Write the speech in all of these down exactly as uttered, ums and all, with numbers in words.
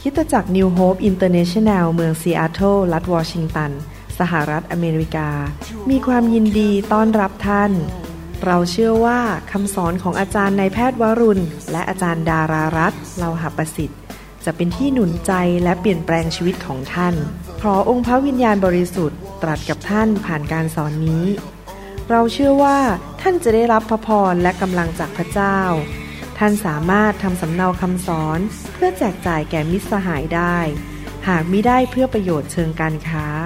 คริสตจักร New Hope International เมืองซีแอตเทิลรัฐวอชิงตันสหรัฐอเมริกามีความยินดีต้อนรับท่านเราเชื่อว่าคำสอนของอาจารย์นายแพทย์วรุณและอาจารย์ดารารัตน์เลาหประสิทธิ์จะเป็นที่หนุนใจและเปลี่ยนแปลงชีวิตของท่านขอองค์พระวิญญาณบริสุทธิ์ตรัสกับท่านผ่านการสอนนี้เราเชื่อว่าท่านจะได้รับพระพรและกำลังจากพระเจ้าท่านสามารถทำสำเนาคำสอนเพื่อแจกจ่ายแก่มิตรสหายได้หากมิได้เพื่อประโยชน์เชิงการค้า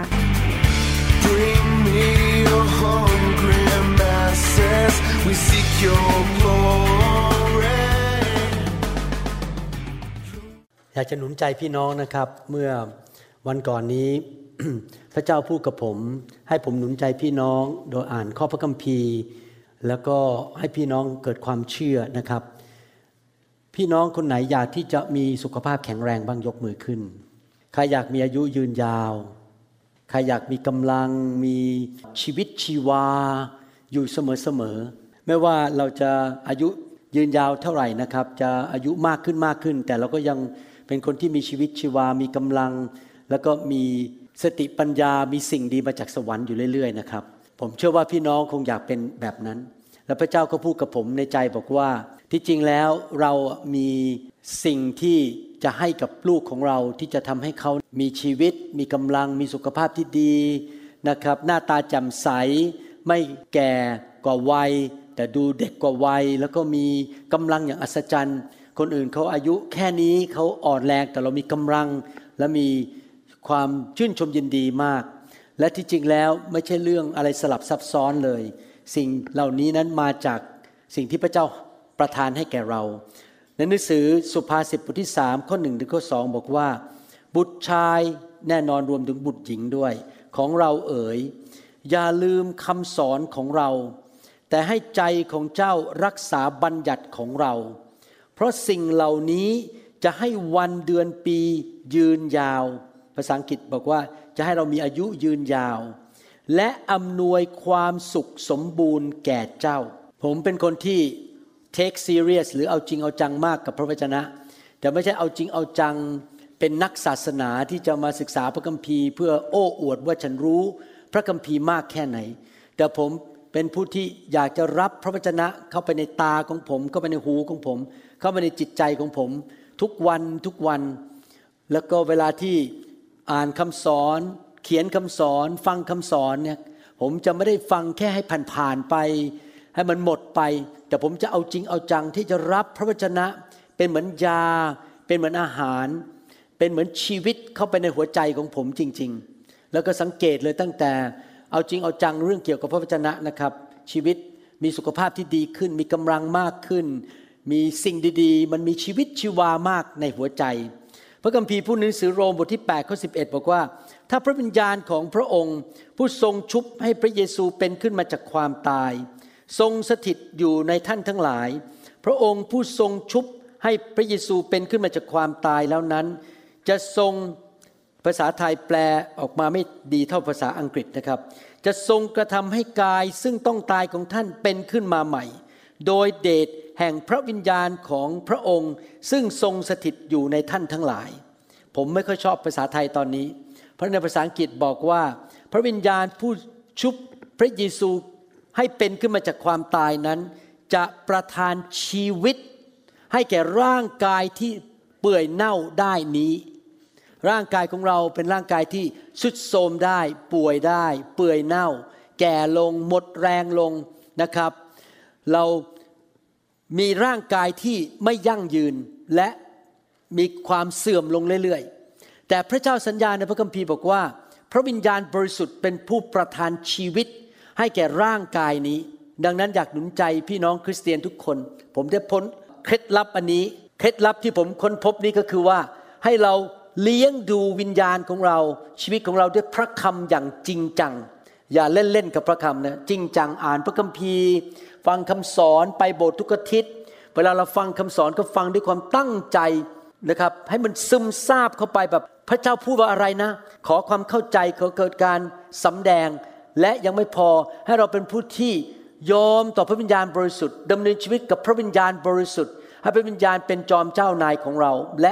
อยากจะหนุนใจพี่น้องนะครับเมื่อวันก่อนนี้ พระเจ้าพูดกับผมให้ผมหนุนใจพี่น้องโดยอ่านข้อพระคัมภีร์แล้วก็ให้พี่น้องเกิดความเชื่อนะครับพี่น้องคนไหนอยากที่จะมีสุขภาพแข็งแรงบ้างยกมือขึ้นใครอยากมีอายุยืนยาวใครอยากมีกำลังมีชีวิตชีวาอยู่เสมอๆไม่ว่าเราจะอายุยืนยาวเท่าไหร่นะครับจะอายุมากขึ้นมากขึ้นแต่เราก็ยังเป็นคนที่มีชีวิตชีวามีกำลังแล้วก็มีสติปัญญามีสิ่งดีมาจากสวรรค์อยู่เรื่อยๆนะครับผมเชื่อว่าพี่น้องคงอยากเป็นแบบนั้นแล้วพระเจ้าก็พูดกับผมในใจบอกว่าที่จริงแล้วเรามีสิ่งที่จะให้กับลูกของเราที่จะทำให้เขามีชีวิตมีกำลังมีสุขภาพที่ดีนะครับหน้าตาแจ่มใสไม่แก่กว่าวัยแต่ดูเด็กกว่าวัยแล้วก็มีกำลังอย่างอัศจรรย์คนอื่นเขาอายุแค่นี้เขาอ่อนแรงแต่เรามีกำลังและมีความชื่นชมยินดีมากและที่จริงแล้วไม่ใช่เรื่องอะไรสลับซับซ้อนเลยสิ่งเหล่านี้นั้นมาจากสิ่งที่พระเจ้าประทานให้แก่เราในหนังสือสุภาษิตบทที่สามข้อหนึ่งถึงข้อสองบอกว่าบุตรชายแน่นอนรวมถึงบุตรหญิงด้วยของเราเอ๋ยอย่าลืมคำสอนของเราแต่ให้ใจของเจ้ารักษาบัญญัติของเราเพราะสิ่งเหล่านี้จะให้วันเดือนปียืนยาวภาษาอังกฤษบอกว่าจะให้เรามีอายุยืนยาวและอำนวยความสุขสมบูรณ์แก่เจ้าผมเป็นคนที่ take serious หรือเอาจริงเอาจังมากกับพระวจนะแต่ไม่ใช่เอาจริงเอาจังเป็นนักศาสนาที่จะมาศึกษาพระคัมภีร์เพื่อโอ้อวดว่าฉันรู้พระคัมภีร์มากแค่ไหนแต่ผมเป็นผู้ที่อยากจะรับพระวจนะเข้าไปในตาของผมเข้าไปในหูของผมเข้าไปในจิตใจของผมทุกวันทุกวันแล้วก็เวลาที่อ่านคำสอนเขียนคำสอนฟังคำสอนเนี่ยผมจะไม่ได้ฟังแค่ให้ผ่านๆไปให้มันหมดไปแต่ผมจะเอาจริงเอาจังที่จะรับพระวจนะเป็นเหมือนยาเป็นเหมือนอาหารเป็นเหมือนชีวิตเข้าไปในหัวใจของผมจริงๆแล้วก็สังเกตเลยตั้งแต่เอาจริงเอาจังเรื่องเกี่ยวกับพระวจนะนะครับชีวิตมีสุขภาพที่ดีขึ้นมีกำลังมากขึ้นมีสิ่งดีๆมันมีชีวิตชีวามากในหัวใจพระคัมภีร์พูดในหนังสือโรมบทที่แปดข้อสิบเอ็ดบอกว่าถ้าพระวิญญาณของพระองค์ผู้ทรงชุบให้พระเยซูเป็นขึ้นมาจากความตายทรงสถิตอยู่ในท่านทั้งหลายพระองค์ผู้ทรงชุบให้พระเยซูเป็นขึ้นมาจากความตายแล้วนั้นจะทรงภาษาไทยแปลออกมาไม่ดีเท่าภาษาอังกฤษนะครับจะทรงกระทำให้กายซึ่งต้องตายของท่านเป็นขึ้นมาใหม่โดยเดชแห่งพระวิญญาณของพระองค์ซึ่งทรงสถิตอยู่ในท่านทั้งหลายผมไม่ค่อยชอบภาษาไทยตอนนี้เพราะในภาษาอังกฤษบอกว่าพระวิญญาณผู้ชุบพระเยซูให้เป็นขึ้นมาจากความตายนั้นจะประทานชีวิตให้แก่ร่างกายที่เปื่อยเน่าได้นี้ร่างกายของเราเป็นร่างกายที่ทรุดโทรมได้ป่วยได้เปื่อยเน่าแก่ลงหมดแรงลงนะครับเรามีร่างกายที่ไม่ยั่งยืนและมีความเสื่อมลงเรื่อยๆแต่พระเจ้าสัญญาในพระคัมภีร์บอกว่าพระวิญญาณบริสุทธิ์เป็นผู้ประทานชีวิตให้แก่ร่างกายนี้ดังนั้นอยากหนุนใจพี่น้องคริสเตียนทุกคนผมได้พ้นเคล็ดลับอันนี้เคล็ดลับที่ผมค้นพบนี้ก็คือว่าให้เราเลี้ยงดูวิญญาณของเราชีวิตของเราด้วยพระคำอย่างจริงจังอย่าเล่นๆกับพระคำนะจริงจังอ่านพระคัมภีร์ฟังคำสอนไปโบสถ์ทุกอาทิตย์เวลาเราฟังคำสอนก็ฟังด้วยความตั้งใจนะครับให้มันซึมซาบเข้าไปแบบพระเจ้าพูดว่าอะไรนะขอความเข้าใจขอเกิดการสำแดงและยังไม่พอให้เราเป็นผู้ที่ยอมต่อพระวิญญาณบริสุทธิ์ดำเนินชีวิตกับพระวิญญาณบริสุทธิ์ให้พระวิญญาณเป็นจอมเจ้านายของเราและ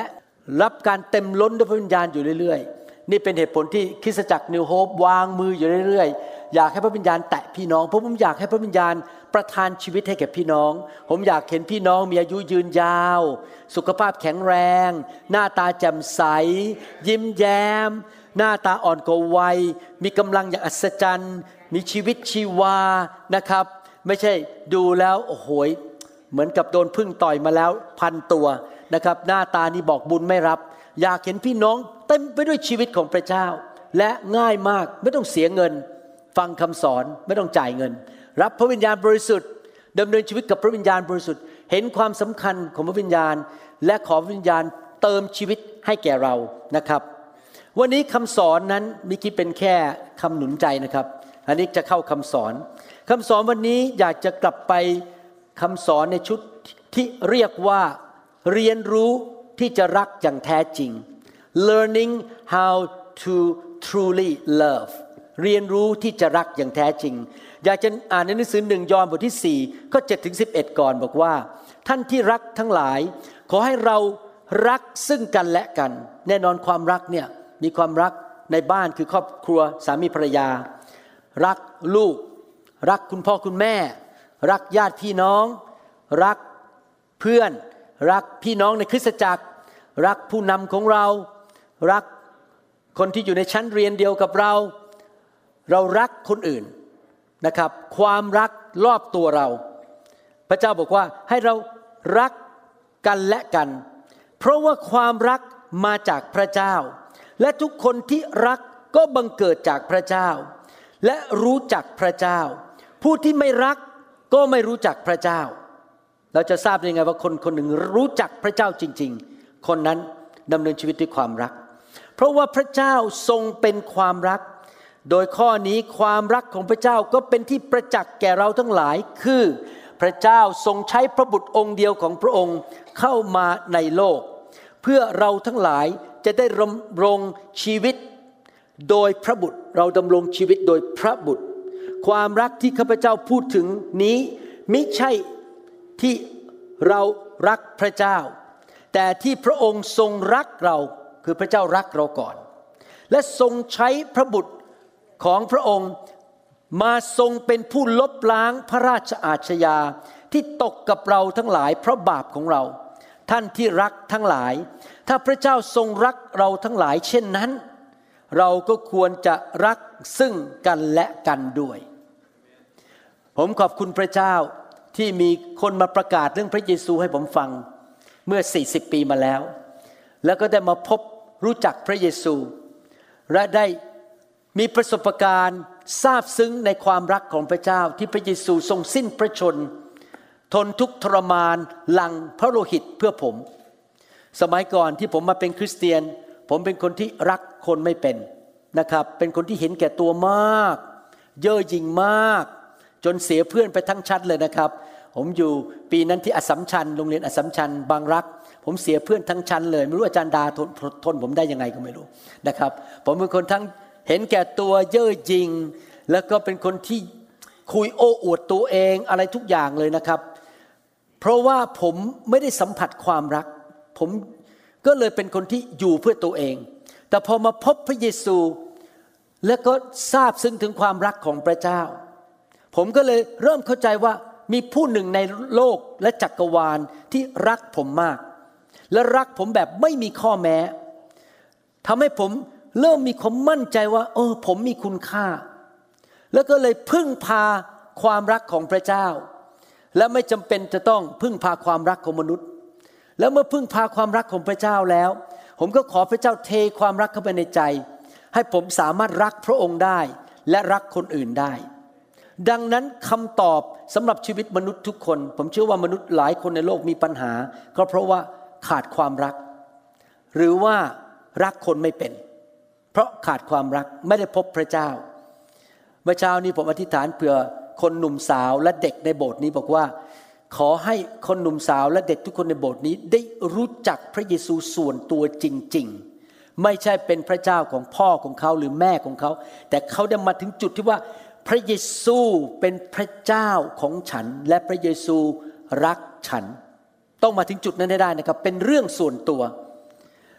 รับการเต็มล้นด้วยพระวิญญาณอยู่เรื่อยๆนี่เป็นเหตุผลที่คริสตจักรนิวโฮปวางมืออยู่เรื่อยๆอยากให้พระวิญญาณแตะพี่น้องเพราะผมอยากให้พระวิญญาณประทานชีวิตให้แก่พี่น้องผมอยากเห็นพี่น้องมีอายุยืนยาวสุขภาพแข็งแรงหน้าตาแจ่มใสยิ้มแย้มหน้าตาอ่อนกว่าวัยมีกำลังอย่างอัศจรรย์มีชีวิตชีวานะครับไม่ใช่ดูแล้วโอ้โหเหมือนกับโดนพึ่งต่อยมาแล้วพันตัวนะครับหน้าตานี่บอกบุญไม่รับอยากเห็นพี่น้องเต็มไปด้วยชีวิตของพระเจ้าและง่ายมากไม่ต้องเสียเงินฟังคำสอนไม่ต้องจ่ายเงินรับพระวิญญาณบริสุทธิ์ดำเนินชีวิตกับพระวิญญาณบริสุทธิ์เห็นความสำคัญของพระวิญญาณและขอพระวิญญาณเติมชีวิตให้แก่เรานะครับวันนี้คำสอนนั้นมิคิเป็นแค่คำหนุนใจนะครับอันนี้จะเข้าคำสอนคำสอนวันนี้อยากจะกลับไปคำสอนในชุดที่เรียกว่าเรียนรู้ที่จะรักอย่างแท้จริง learning how to truly love เรียนรู้ที่จะรักอย่างแท้จริงอยากจะอ่านในหนังสือหนึ่งยอห์นบทที่สี่ข้อเจ็ดถึงสิบเอ็ดก่อนบอกว่าท่านที่รักทั้งหลายขอให้เรารักซึ่งกันและกันแน่นอนความรักเนี่ยมีความรักในบ้านคือครอบครัวสามีภรรยารักลูกรักคุณพ่อคุณแม่รักญาติพี่น้องรักเพื่อนรักพี่น้องในคริสตจักรรักผู้นำของเรารักคนที่อยู่ในชั้นเรียนเดียวกับเราเรารักคนอื่นนะครับความรักรอบตัวเราพระเจ้าบอกว่าให้เรารักกันและกันเพราะว่าความรักมาจากพระเจ้าและทุกคนที่รักก็บังเกิดจากพระเจ้าและรู้จักพระเจ้าผู้ที่ไม่รักก็ไม่รู้จักพระเจ้าเราจะทราบได้ไงว่าคนคนหนึ่งรู้จักพระเจ้าจริงๆคนนั้นดำเนินชีวิตด้วยความรักเพราะว่าพระเจ้าทรงเป็นความรักโดยข้อนี้ความรักของพระเจ้าก็เป็นที่ประจักษ์แก่เราทั้งหลายคือพระเจ้าทรงใช้พระบุตรองค์เดียวของพระองค์เข้ามาในโลกเพื่อเราทั้งหลายจะได้ดำรงชีวิตโดยพระบุตรเราดำรงชีวิตโดยพระบุตรความรักที่ข้าพเจ้าพูดถึงนี้มิใช่ที่เรารักพระเจ้าแต่ที่พระองค์ทรงรักเราคือพระเจ้ารักเราก่อนและทรงใช้พระบุตรของพระองค์มาทรงเป็นผู้ลบล้างพระราชอาชญาที่ตกกับเราทั้งหลายเพราะบาปของเราท่านที่รักทั้งหลายถ้าพระเจ้าทรงรักเราทั้งหลายเช่นนั้นเราก็ควรจะรักซึ่งกันและกันด้วยผมขอบคุณพระเจ้าที่มีคนมาประกาศเรื่องพระเยซูให้ผมฟังเมื่อสี่สิบปีมาแล้วแล้วก็ได้มาพบรู้จักพระเยซูและได้มีประสบการณ์ทราบซึ้งในความรักของพระเจ้าที่พระเยซูทรงสิ้นพระชนทนทุกข์ทรมานหลั่งพระโลหิตเพื่อผมสมัยก่อนที่ผมมาเป็นคริสเตียนผมเป็นคนที่รักคนไม่เป็นนะครับเป็นคนที่เห็นแก่ตัวมากเย่อหยิ่งมากจนเสียเพื่อนไปทั้งชั้นเลยนะครับผมอยู่ปีนั้นที่อัสสัมชัญโรงเรียนอัสสัมชัญบางรักผมเสียเพื่อนทั้งชั้นเลยไม่รู้อาจารย์ดาทนทนผมได้ยังไงก็ไม่รู้นะครับผมเป็นคนทั้งเห็นแก่ตัวเย่อหยิ่งแล้วก็เป็นคนที่คุยโอ้อวดตัวเองอะไรทุกอย่างเลยนะครับเพราะว่าผมไม่ได้สัมผัสความรักผมก็เลยเป็นคนที่อยู่เพื่อตัวเองแต่พอมาพบพระเยซูแล้วก็ทราบซึ้งถึงความรักของพระเจ้าผมก็เลยเริ่มเข้าใจว่ามีผู้หนึ่งในโลกและจักรวาลที่รักผมมากและรักผมแบบไม่มีข้อแม้ทำให้ผมเริ่มมีความมั่นใจว่าเออผมมีคุณค่าแล้วก็เลยพึ่งพาความรักของพระเจ้าและไม่จำเป็นจะต้องพึ่งพาความรักของมนุษย์แล้วเมื่อพึ่งพาความรักของพระเจ้าแล้วผมก็ขอพระเจ้าเทความรักเข้าไปในใจให้ผมสามารถรักพระองค์ได้และรักคนอื่นได้ดังนั้นคำตอบสำหรับชีวิตมนุษย์ทุกคนผมเชื่อว่ามนุษย์หลายคนในโลกมีปัญหาก็เพราะว่าขาดความรักหรือว่ารักคนไม่เป็นเพราะขาดความรักไม่ได้พบพระเจ้าเมื่อเช้านี้ผมอธิษฐานเผื่อคนหนุ่มสาวและเด็กในโบสถ์นี้บอกว่าขอให้คนหนุ่มสาวและเด็กทุกคนในโบสถ์นี้ได้รู้จักพระเยซูส่วนตัวจริงๆไม่ใช่เป็นพระเจ้าของพ่อของเขาหรือแม่ของเขาแต่เขาได้มาถึงจุดที่ว่าพระเยซูเป็นพระเจ้าของฉันและพระเยซูรักฉันต้องมาถึงจุดนั้นให้ได้นะครับเป็นเรื่องส่วนตัว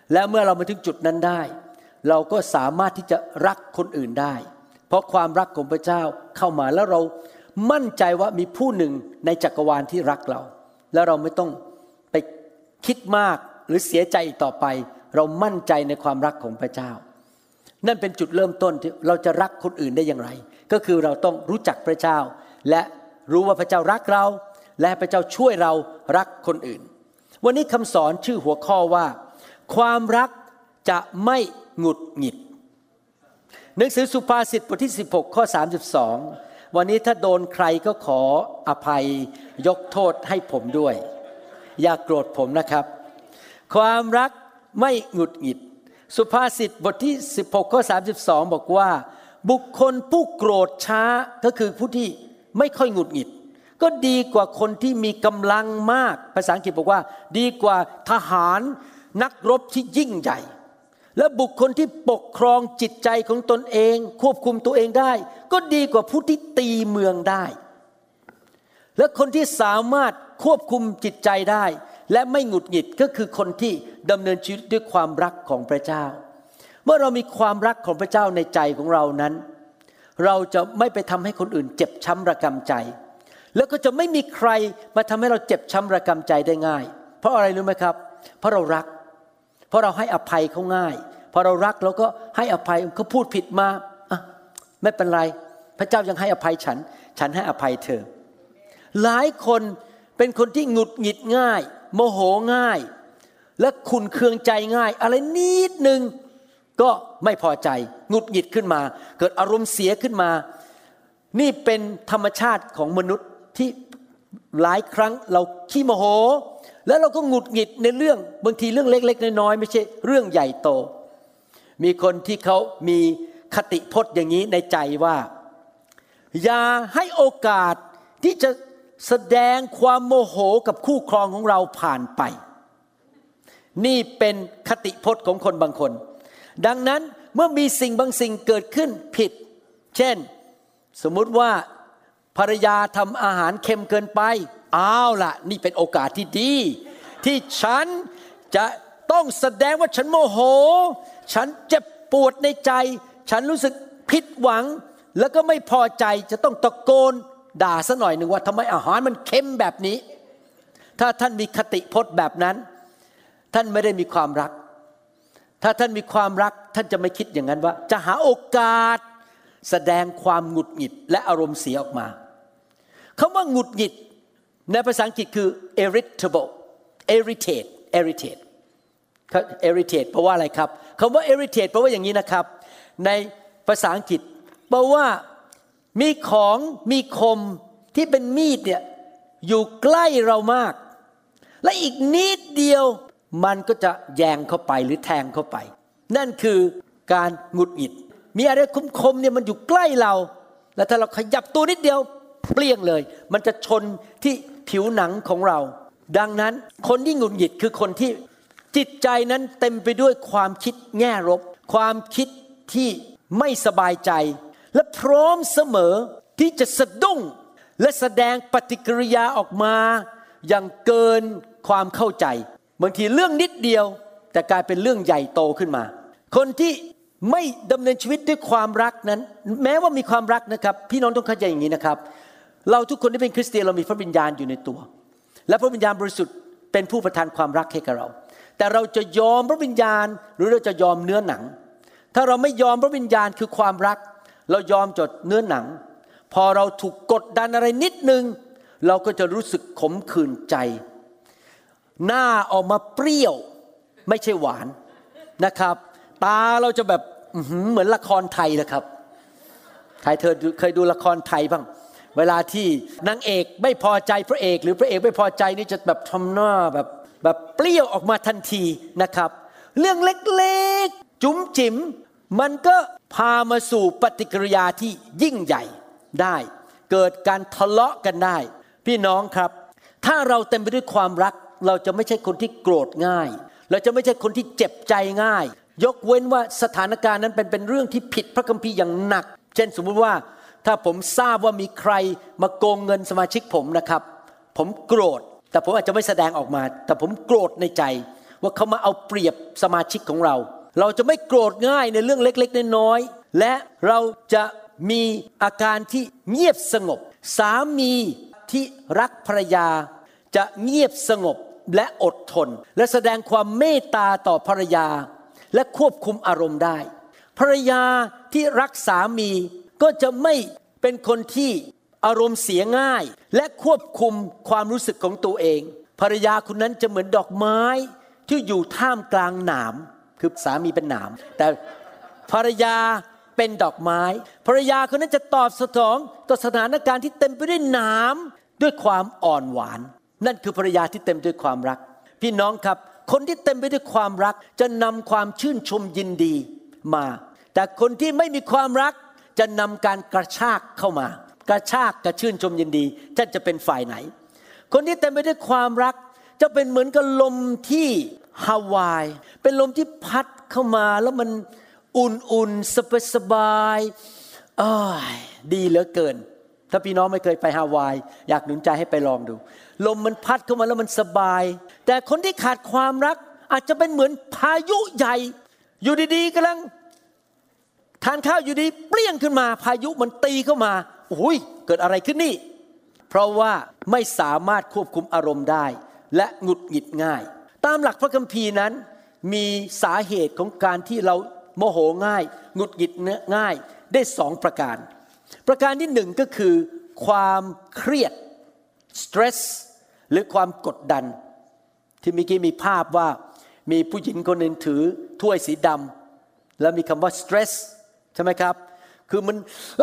และเมื่อเรามาถึงจุดนั้นได้เราก็สามารถที่จะรักคนอื่นได้เพราะความรักของพระเจ้าเข้ามาแล้วเรามั่นใจว่ามีผู้หนึ่งในจักรวาลที่รักเราแล้วเราไม่ต้องไปคิดมากหรือเสียใจอีกต่อไปเรามั่นใจในความรักของพระเจ้านั่นเป็นจุดเริ่มต้นที่เราจะรักคนอื่นได้อย่างไรก็คือเราต้องรู้จักพระเจ้าและรู้ว่าพระเจ้ารักเราและพระเจ้าช่วยเรารักคนอื่นวันนี้คำสอนชื่อหัวข้อว่าความรักจะไม่หงุดหงิดหนังสือสุภาษิตบทที่สิบหกข้อสามสิบสองวันนี้ถ้าโดนใครก็ขออภัยยกโทษให้ผมด้วยอย่าโกรธผมนะครับความรักไม่หงุดหงิดสุภาษิตบทที่สิบหกข้อสามสิบสองบอกว่าบุคคลผู้โกรธช้าก็คือผู้ที่ไม่ค่อยหงุดหงิดก็ดีกว่าคนที่มีกำลังมากภาษาอังกฤษบอกว่าดีกว่าทหารนักรบที่ยิ่งใหญ่และบุคคลที่ปกครองจิตใจของตนเองควบคุมตัวเองได้ก็ดีกว่าผู้ที่ตีเมืองได้และคนที่สามารถควบคุมจิตใจได้และไม่หงุดหงิดก็คือคนที่ดำเนินชีวิตด้วยความรักของพระเจ้าเมื่อเรามีความรักของพระเจ้าในใจของเรานั้นเราจะไม่ไปทำให้คนอื่นเจ็บช้ำระกำใจแล้วก็จะไม่มีใครมาทำให้เราเจ็บช้ำระกำใจได้ง่ายเพราะอะไรรู้ไหมครับเพราะเรารักเพราะเราให้อภัยเขาง่ายพอเรารักเราก็ให้อภัยเขาพูดผิดมาอ่ะไม่เป็นไรพระเจ้ายังให้อภัยฉันฉันให้อภัยเธอหลายคนเป็นคนที่หงุดหงิดง่ายโมโหง่ายและขุ่นเคืองใจง่ายอะไรนิดนึงก็ไม่พอใจหงุดหงิดขึ้นมาเกิดอารมณ์เสียขึ้นมานี่เป็นธรรมชาติของมนุษย์ที่หลายครั้งเราขี้โมโหแล้วเราก็หงุดหงิดในเรื่องบางทีเรื่องเล็กๆน้อยๆไม่ใช่เรื่องใหญ่โตมีคนที่เขามีคติพจน์อย่างนี้ในใจว่าอย่าให้โอกาสที่จะแสดงความโมโหกับคู่ครองของเราผ่านไปนี่เป็นคติพจน์ของคนบางคนดังนั้นเมื่อมีสิ่งบางสิ่งเกิดขึ้นผิดเช่นสมมุติว่าภรรยาทำอาหารเค็มเกินไปอ้าวล่ะนี่เป็นโอกาสที่ดีที่ฉันจะต้องแสดงว่าฉันโมโหฉันเจ็บปวดในใจฉันรู้สึกผิดหวังแล้วก็ไม่พอใจจะต้องตะโกนด่าซะหน่อยหนึ่งว่าทำไมอาหารมันเค็มแบบนี้ถ้าท่านมีคติพจน์แบบนั้นท่านไม่ได้มีความรักถ้าท่านมีความรักท่านจะไม่คิดอย่างนั้นว่าจะหาโอกาสแสดงความหงุดหงิดและอารมณ์เสียออกมาคำว่าหงุดหงิดในภาษาอังกฤษคือ irritable irritate irritate irritate แปลว่าอะไรครับคำว่า irritate แปลว่าอย่างนี้นะครับในภาษาอังกฤษแปลว่ามีของมีคมที่เป็นมีดเนี่ยอยู่ใกล้เรามากและอีกนิดเดียวมันก็จะแยงเข้าไปหรือแทงเข้าไปนั่นคือการหงุดหงิดมีอะไรคมๆเนี่ยมันอยู่ใกล้เราแล้วถ้าเราขยับตัวนิดเดียวเปลี่ยงเลยมันจะชนที่ผิวหนังของเราดังนั้นคนที่หงุดหงิดคือคนที่จิตใจนั้นเต็มไปด้วยความคิดแง่ลบความคิดที่ไม่สบายใจและพร้อมเสมอที่จะสะดุ้งและแสดงปฏิกิริยาออกมาอย่างเกินความเข้าใจบางทีเรื่องนิดเดียวแต่กลายเป็นเรื่องใหญ่โตขึ้นมาคนที่ไม่ดำเนินชีวิตด้วยความรักนั้นแม้ว่ามีความรักนะครับพี่น้องต้องเข้าใจอย่างนี้นะครับเราทุกคนที่เป็นคริสเตียนเรามีพระวิญญาณอยู่ในตัวและพระวิญญาณบริสุทธิ์เป็นผู้ประทานความรักให้กับเราแต่เราจะยอมพระวิญญาณหรือเราจะยอมเนื้อหนังถ้าเราไม่ยอมพระวิญญาณคือความรักเรายอมจดเนื้อหนังพอเราถูกกดดันอะไรนิดนึงเราก็จะรู้สึกขมขื่นใจหน้าออกมาเปรี้ยวไม่ใช่หวานนะครับตาเราจะแบบเหมือนละครไทยนะครับใครเธอเคยดูละครไทยบ้างเวลาที่นางเอกไม่พอใจพระเอกหรือพระเอกไม่พอใจนี่จะแบบทำหน้าแบบแบบเปรี้ยวออกมาทันทีนะครับเรื่องเล็กๆจุ๋มจิ๋มมันก็พามาสู่ปฏิกิริยาที่ยิ่งใหญ่ได้เกิดการทะเลาะกันได้พี่น้องครับถ้าเราเต็มไปด้วยความรักเราจะไม่ใช่คนที่โกรธง่ายเราจะไม่ใช่คนที่เจ็บใจง่ายยกเว้นว่าสถานการณ์นั้นเป็นเป็นเรื่องที่ผิดพระคัมภีร์อย่างหนักเช่นสมมุติว่าถ้าผมทราบว่ามีใครมาโกงเงินสมาชิกผมนะครับผมโกรธแต่ผมอาจจะไม่แสดงออกมาแต่ผมโกรธในใจว่าเขามาเอาเปรียบสมาชิกของเราเราจะไม่โกรธง่ายในเรื่องเล็กๆน้อยๆและเราจะมีอาการที่เงียบสงบสามีที่รักภรรยาจะเงียบสงบและอดทนและแสดงความเมตตาต่อภรรยาและควบคุมอารมณ์ได้ภรรยาที่รักสามีก็จะไม่เป็นคนที่อารมณ์เสียง่ายและควบคุมความรู้สึกของตัวเองภรรยาคนนั้นจะเหมือนดอกไม้ที่อยู่ท่ามกลางหนามคือสามีเป็นหนามแต่ภรรยาเป็นดอกไม้ภรรยาคนนั้นจะตอบสนองต่อสถานการณ์ที่เต็มไปด้วยหนามด้วยความอ่อนหวานนั่นคือภรรยาที่เต็มด้วยความรักพี่น้องครับคนที่เต็มไปด้วยความรักจะนำความชื่นชมยินดีมาแต่คนที่ไม่มีความรักจะนำการกระชากเข้ามากระชากกระชื่นชมยินดีท่านจะเป็นฝ่ายไหนคนที่เต็มไปด้วยความรักจะเป็นเหมือนกับลมที่ฮาวายเป็นลมที่พัดเข้ามาแล้วมันอุ่นๆสบายๆอ้ายดีเหลือเกินถ้าพี่น้องไม่เคยไปฮาวายอยากหนุนใจให้ไปลองดูลมมันพัดเข้ามาแล้วมันสบายแต่คนที่ขาดความรักอาจจะเป็นเหมือนพายุใหญ่อยู่ดีๆกำลังทานข้าวอยู่ดีเปรี้ยงขึ้นมาพายุมันตีเข้ามาโอ้ยเกิดอะไรขึ้นนี่เพราะว่าไม่สามารถควบคุมอารมณ์ได้และหงุดหงิดง่ายตามหลักพระคัมภีร์นั้นมีสาเหตุของการที่เราโมโหง่ายหงุดหงิดง่ายได้สองประการประการที่หนึ่งก็คือความเครียด stress หรือความกดดันที่เมื่อกี้มีภาพว่ามีผู้หญิงคนหนึ่งถือถ้วยสีดำแล้วมีคำว่า stress ใช่ไหมครับคือมัน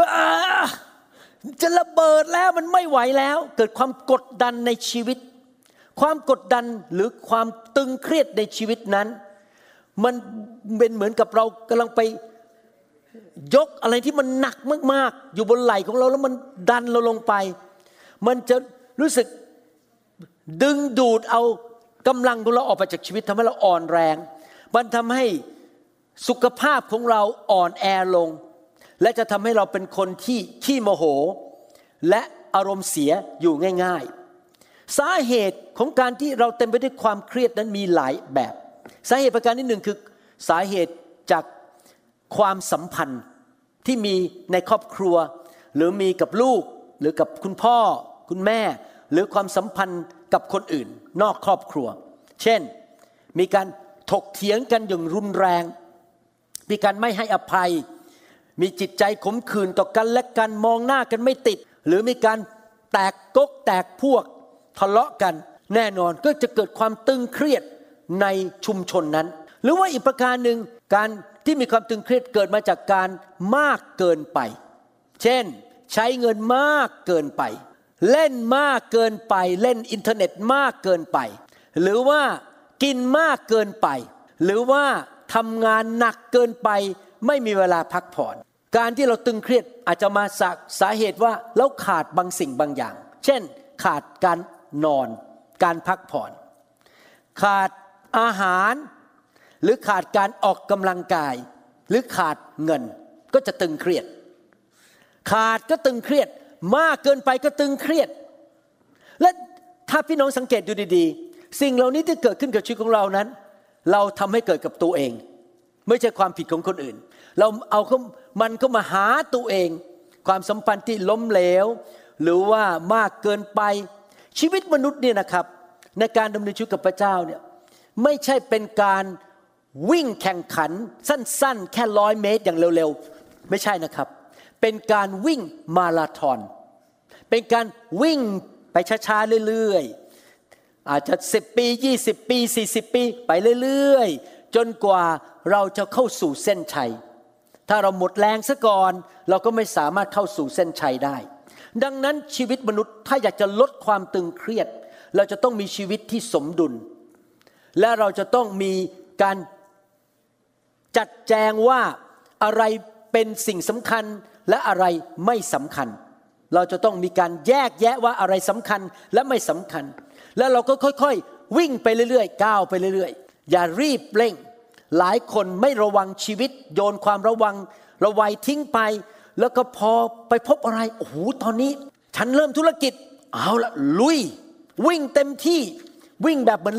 จะระเบิดแล้วมันไม่ไหวแล้วเกิดความกดดันในชีวิตความกดดันหรือความตึงเครียดในชีวิตนั้นมันเป็นเหมือนกับเรากำลังไปยกอะไรที่มันหนักมากๆอยู่บนไหล่ของเราแล้วมันดันเราลงไปมันจะรู้สึกดึงดูดเอากำลังของเราออกไปจากชีวิตทำให้เราอ่อนแรงมันทำให้สุขภาพของเราอ่อนแอลงและจะทำให้เราเป็นคนที่ขี้โมโหและอารมณ์เสียอยู่ง่ายๆสาเหตุของการที่เราเต็มไปด้วยความเครียดนั้นมีหลายแบบสาเหตุประการที่หนึ่งคือสาเหตุจากความสัมพันธ์ที่มีในครอบครัวหรือมีกับลูกหรือกับคุณพ่อคุณแม่หรือความสัมพันธ์กับคนอื่นนอกครอบครัวเช่นมีการถกเถียงกันอย่างรุนแรงมีการไม่ให้อภัยมีจิตใจขมขื่นต่อกันและกันมองหน้ากันไม่ติดหรือมีการแตกก๊กแตกพวกทะเลาะกันแน่นอนก็จะเกิดความตึงเครียดในชุมชนนั้นหรือว่าอีกประการหนึ่งการที่มีความตึงเครียดเกิดมาจากการมากเกินไปเช่นใช้เงินมากเกินไปเล่นมากเกินไปเล่นอินเทอร์เน็ตมากเกินไปหรือว่ากินมากเกินไปหรือว่าทำงานหนักเกินไปไม่มีเวลาพักผ่อนการที่เราตึงเครียดอาจจะมาจากสาเหตุว่าเราขาดบางสิ่งบางอย่างเช่นขาดการนอนการพักผ่อนขาดอาหารหรือขาดการออกกำลังกายหรือขาดเงินก็จะตึงเครียดขาดก็ตึงเครียดมากเกินไปก็ตึงเครียดและถ้าพี่น้องสังเกตดูดีๆสิ่งเหล่านี้ที่เกิดขึ้นกับชีวิตของเรานั้นเราทำให้เกิดกับตัวเองไม่ใช่ความผิดของคนอื่นเราเอามันเข้ามาหาตัวเองความสัมพันธ์ที่ล้มเหลวหรือว่ามากเกินไปชีวิตมนุษย์เนี่ยนะครับในการดำเนินชีวิตกับพระเจ้าเนี่ยไม่ใช่เป็นการวิ่งแข่งขันสั้นๆแค่ร้อยเมตรอย่างเร็วๆไม่ใช่นะครับเป็นการวิ่งมาราธอนเป็นการวิ่งไปช้าๆเรื่อยๆอาจจะสิบปียี่สิบปีสี่สิบปีไปเรื่อยๆจนกว่าเราจะเข้าสู่เส้นชัยถ้าเราหมดแรงซะก่อนเราก็ไม่สามารถเข้าสู่เส้นชัยได้ดังนั้นชีวิตมนุษย์ถ้าอยากจะลดความตึงเครียดเราจะต้องมีชีวิตที่สมดุลและเราจะต้องมีการจัดแจงว่าอะไรเป็นสิ่งสำคัญและอะไรไม่สำคัญเราจะต้องมีการแยกแยะว่าอะไรสำคัญและไม่สำคัญแล้วเราก็ค่อยๆวิ่งไปเรื่อยๆก้าวไปเรื่อยๆอย่ารีบเร่งหลายคนไม่ระวังชีวิตโยนความระวังระวัยทิ้งไปแล้วก็พอไปพบอะไรโอ้โหตอนนี้ฉันเริ่มธุรกิจเอาละลุยวิ่งเต็มที่วิ่งแบบเหมือน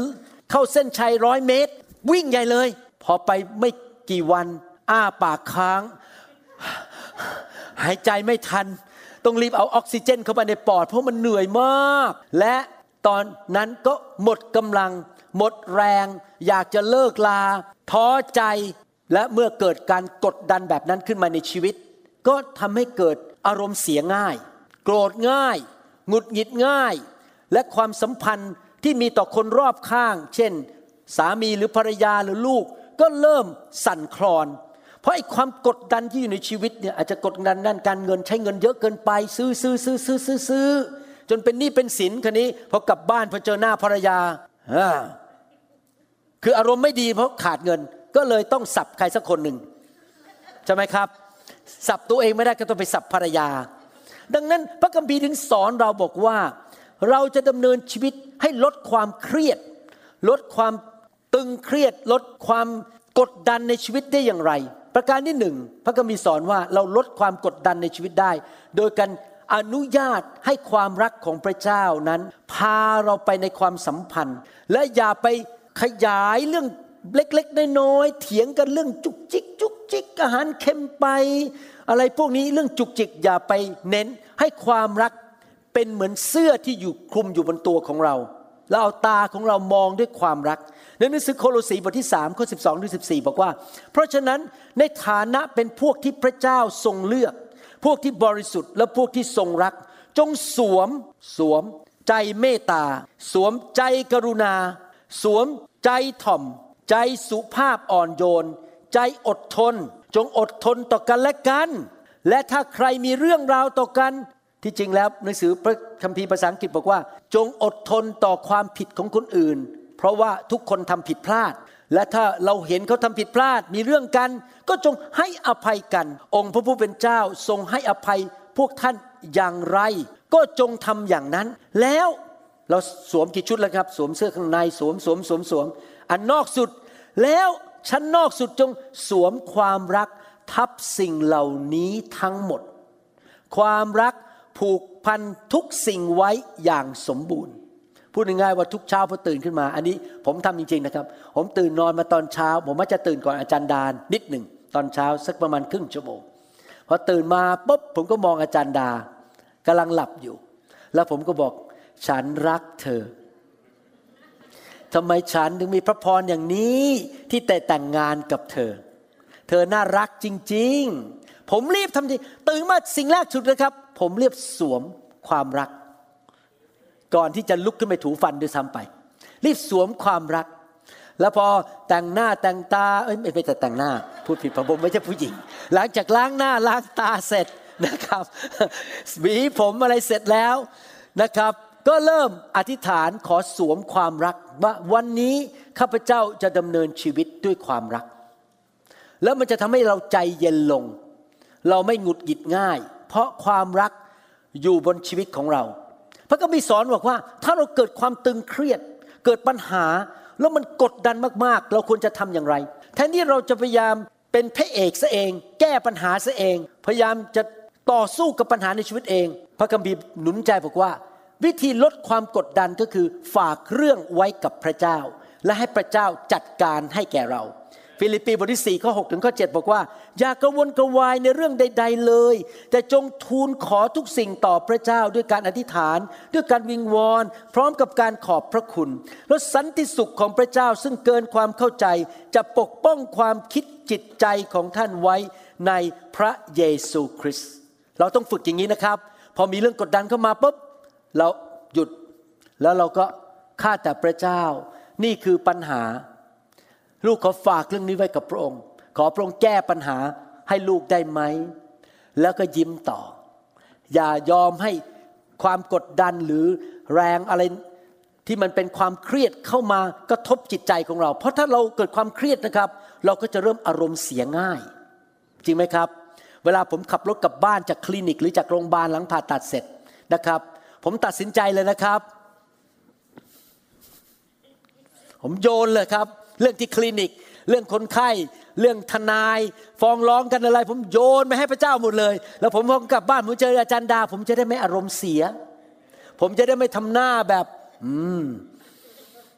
เข้าเส้นชัยร้อยเมตรวิ่งใหญ่เลยพอไปไม่กี่วันอ้าปากค้างหายใจไม่ทันต้องรีบเอาออกซิเจนเข้าไปในปอดเพราะมันเหนื่อยมากและตอนนั้นก็หมดกำลังหมดแรงอยากจะเลิกลาท้อใจและเมื่อเกิดการกดดันแบบนั้นขึ้นมาในชีวิตก็ทำให้เกิดอารมณ์เสียง่ายโกรธง่ายหงุดหงิดง่ายและความสัมพันธ์ที่มีต่อคนรอบข้างเช่นสามีหรือภรรยาหรือลูกก็เริ่มสั่นคลอนเพราะไอ้ความกดดันที่อยู่ในชีวิตเนี่ยอาจจะกดดันด้านการเงินใช้เงินเยอะเกินไปซื้อซื้อซื้อซื้อซื้อซื้อจนเป็นหนี้เป็นสินคนนี้พอกลับบ้านพอเจอหน้าภรรยาคืออารมณ์ไม่ดีเพราะขาดเงินก็เลยต้องสับใครสักคนหนึ่งใช่ไหมครับสับตัวเองไม่ได้ก็ต้องไปสับภรรยาดังนั้นพระคัมภีร์ถึงสอนเราบอกว่าเราจะดำเนินชีวิตให้ลดความเครียดลดความตึงเครียดลดความกดดันในชีวิตได้อย่างไรประการที่หนึ่งพระคัมภีร์สอนว่าเราลดความกดดันในชีวิตได้โดยการอนุญาตให้ความรักของพระเจ้านั้นพาเราไปในความสัมพันธ์และอย่าไปขยายเรื่องเล็กๆน้อยๆเถียงกันเรื่องจุกจิกจุกจิกอาหารเค็มไปอะไรพวกนี้เรื่องจุกจิกอย่าไปเน้นให้ความรักเป็นเหมือนเสื้อที่อยู่คลุมอยู่บนตัวของเราแล้วเอาตาของเรามองด้วยความรักในหนังสือโคโลสีบทที่สามข้อสิบสองถึงสิบสี่บอกว่าเพราะฉะนั้นในฐานะเป็นพวกที่พระเจ้าทรงเลือกพวกที่บริสุทธิ์และพวกที่ทรงรักจงสวมสวมใจเมตตาสวมใจกรุณาสวมใจถ่อมใจสุภาพอ่อนโยนใจอดทนจงอดทนต่อกันและกันและถ้าใครมีเรื่องราวต่อกันที่จริงแล้วหนังสือพระคัมภีร์ภาษาอังกฤษบอกว่าจงอดทนต่อความผิดของคนอื่นเพราะว่าทุกคนทำผิดพลาดและถ้าเราเห็นเขาทำผิดพลาดมีเรื่องกันก็จงให้อภัยกันองค์พระผู้เป็นเจ้าทรงให้อภัยพวกท่านอย่างไรก็จงทำอย่างนั้นแล้วเราสวมกี่ชุดแล้วครับสวมเสื้อข้างในสวมสวมสวมสวมอันนอกสุดแล้วชั้นนอกสุดจงสวมความรักทับสิ่งเหล่านี้ทั้งหมดความรักผูกพันทุกสิ่งไว้อย่างสมบูรณ์พูดง่ายๆว่าทุกเช้าพอตื่นขึ้นมาอันนี้ผมทำจริงๆนะครับผมตื่นนอนมาตอนเช้าผมมักจะตื่นก่อนอาจารย์ดานิดหนึ่งตอนเช้าสักประมาณครึ่งชั่วโมงพอตื่นมาปุ๊บผมก็มองอาจารย์ดากำลังหลับอยู่แล้วผมก็บอกฉันรักเธอทำไมฉันถึงมีพระพรอย่างนี้ที่แต่แต่งงานกับเธอเธอน่ารักจริงๆผมรีบทำจริงตื่นมาสิ่งแรกสุดเลยครับผมรีบสวมความรักก่อนที่จะลุกขึ้นไปถูฟันด้วยซ้ำไปรีบสวมความรักแล้วพอแต่งหน้าแต่งตาเอ้ยไม่ใช่แต่งหน้าพูดผิดผมไม่ใช่ผู้หญิงหลังจากล้างหน้าล้างตาเสร็จนะครับหวีผมอะไรเสร็จแล้วนะครับก็เริ่มอธิษฐานขอสวมความรักว่าวันนี้ข้าพเจ้าจะดำเนินชีวิตด้วยความรักแล้วมันจะทำให้เราใจเย็นลงเราไม่หงุดหงิดง่ายเพราะความรักอยู่บนชีวิตของเราพระคัมภีร์สอนบอกว่าถ้าเราเกิดความตึงเครียดเกิดปัญหาแล้วมันกดดันมากๆเราควรจะทำอย่างไรแทนที่เราจะพยายามเป็นพระเอกซะเองแก้ปัญหาซะเองพยายามจะต่อสู้กับปัญหาในชีวิตเองพระคัมภีร์หนุนใจบอกว่าวิธีลดความกดดันก็คือฝากเรื่องไว้กับพระเจ้าและให้พระเจ้าจัดการให้แก่เราฟิลิปปีบทที่สี่ข้อหกถึงข้อเจ็ดบอกว่าอย่ากระวนกระวายในเรื่องใดๆเลยแต่จงทูลขอทุกสิ่งต่อพระเจ้าด้วยการอธิษฐานด้วยการวิงวอนพร้อมกับการขอบพระคุณและสันติสุขของพระเจ้าซึ่งเกินความเข้าใจจะปกป้องความคิดจิตใจของท่านไว้ในพระเยซูคริสต์เราต้องฝึกอย่างนี้นะครับพอมีเรื่องกดดันเข้ามาปุ๊บเราหยุดแล้วเราก็ข้าแต่พระเจ้านี่คือปัญหาลูกขอฝากเรื่องนี้ไว้กับพระองค์ขอพระองค์แก้ปัญหาให้ลูกได้ไหมแล้วก็ยิ้มต่ออย่ายอมให้ความกดดันหรือแรงอะไรที่มันเป็นความเครียดเข้ามากระทบจิตใจของเราเพราะถ้าเราเกิดความเครียดนะครับเราก็จะเริ่มอารมณ์เสียง่ายจริงไหมครับเวลาผมขับรถกลับบ้านจากคลินิกหรือจากโรงพยาบาลหลังผ่าตัดเสร็จนะครับผมตัดสินใจเลยนะครับผมโยนเลยครับเรื่องที่คลินิกเรื่องคนไข้เรื่องทนายฟ้องร้องกันอะไรผมโยนไปให้พระเจ้าหมดเลยแล้วผมพอกลับบ้านผมเจออาจารย์ดาผมจะได้ไม่อารมณ์เสียผมจะได้ไม่ทำหน้าแบบอืม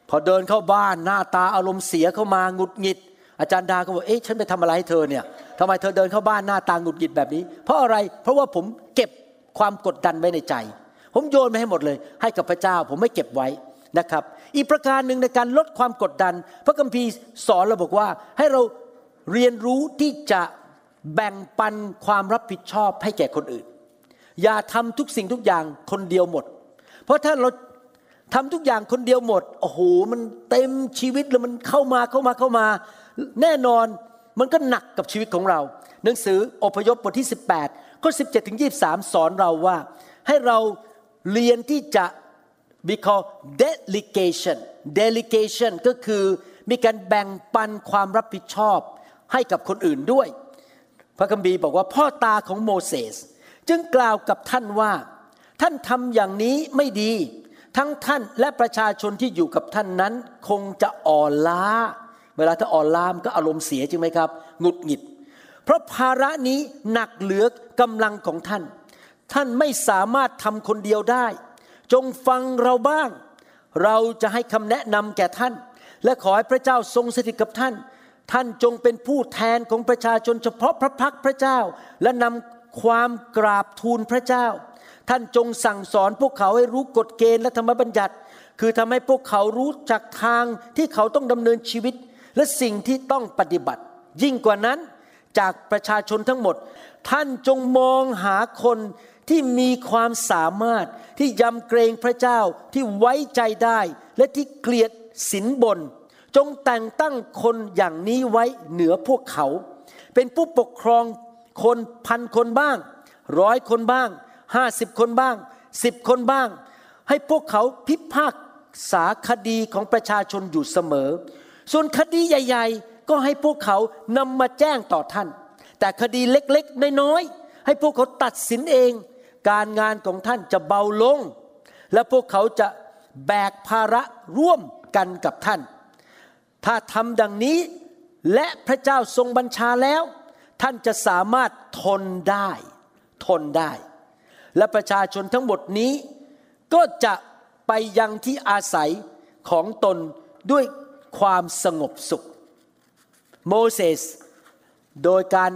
พอเดินเข้าบ้านหน้าตาอารมณ์เสียเข้ามาหงุดหงิดอาจารย์ดาก็บอกเอ๊ะฉันไปทำอะไรให้เธอเนี่ยทำไมเธอเดินเข้าบ้านหน้าตาหงุดหงิดแบบนี้เพราะอะไรเพราะว่าผมเก็บความกดดันไว้ในใจผมโยนไปให้หมดเลยให้กับพระเจ้าผมไม่เก็บไว้นะครับอีกประการหนึ่งในการลดความกดดันพระคัมภีร์สอนเราบอกว่าให้เราเรียนรู้ที่จะแบ่งปันความรับผิดชอบให้แก่คนอื่นอย่าทำทุกสิ่งทุกอย่างคนเดียวหมดเพราะถ้าเราทำทุกอย่างคนเดียวหมดโอ้โหมันเต็มชีวิตเลยมันเข้ามาเข้ามาเข้ามาแน่นอนมันก็หนักกับชีวิตของเราหนังสืออพยพบทที่สิบแปดข้อสิบเจ็ดถึงยี่สิบสามสอนเราว่าให้เราเรียนที่จะ we call delegation delegation ก็คือมีการแบ่งปันความรับผิดชอบให้กับคนอื่นด้วยพระคัมภีร์บอกว่าพ่อตาของโมเสสจึงกล่าวกับท่านว่าท่านทำอย่างนี้ไม่ดีทั้งท่านและประชาชนที่อยู่กับท่านนั้นคงจะอ่อนล้าเวลาถ้าอ่อนล้ามันก็อารมณ์เสียจริงไหมครับหงุดหงิดเพราะภาระนี้หนักเหลือกำลังของท่านท่านไม่สามารถทำคนเดียวได้จงฟังเราบ้างเราจะให้คำแนะนำแก่ท่านและขอให้พระเจ้าทรงสถิตกับท่านท่านจงเป็นผู้แทนของประชาชนเฉพาะพระพักพระเจ้าและนำความกราบทูลพระเจ้าท่านจงสั่งสอนพวกเขาให้รู้กฎเกณฑ์และธรรมบัญญัติคือทำให้พวกเขารู้จักทางที่เขาต้องดำเนินชีวิตและสิ่งที่ต้องปฏิบัติยิ่งกว่านั้นจากประชาชนทั้งหมดท่านจงมองหาคนที่มีความสามารถที่ยำเกรงพระเจ้าที่ไว้ใจได้และที่เกลียดสินบนจงแต่งตั้งคนอย่างนี้ไว้เหนือพวกเขาเป็นผู้ปกครองคนพันคนบ้างร้อยคนบ้างห้าสิบคนบ้างสิบคนบ้างให้พวกเขาพิพากษาคดีของประชาชนอยู่เสมอส่วนคดีใหญ่ๆก็ให้พวกเขานำมาแจ้งต่อท่านแต่คดีเล็กๆน้อยๆให้พวกเขาตัดสินเองการงานของท่านจะเบาลงและพวกเขาจะแบกภาระร่วมกันกับท่านถ้าทำดังนี้และพระเจ้าทรงบัญชาแล้วท่านจะสามารถทนได้ทนได้และประชาชนทั้งหมดนี้ก็จะไปยังที่อาศัยของตนด้วยความสงบสุขโมเสสโดยการ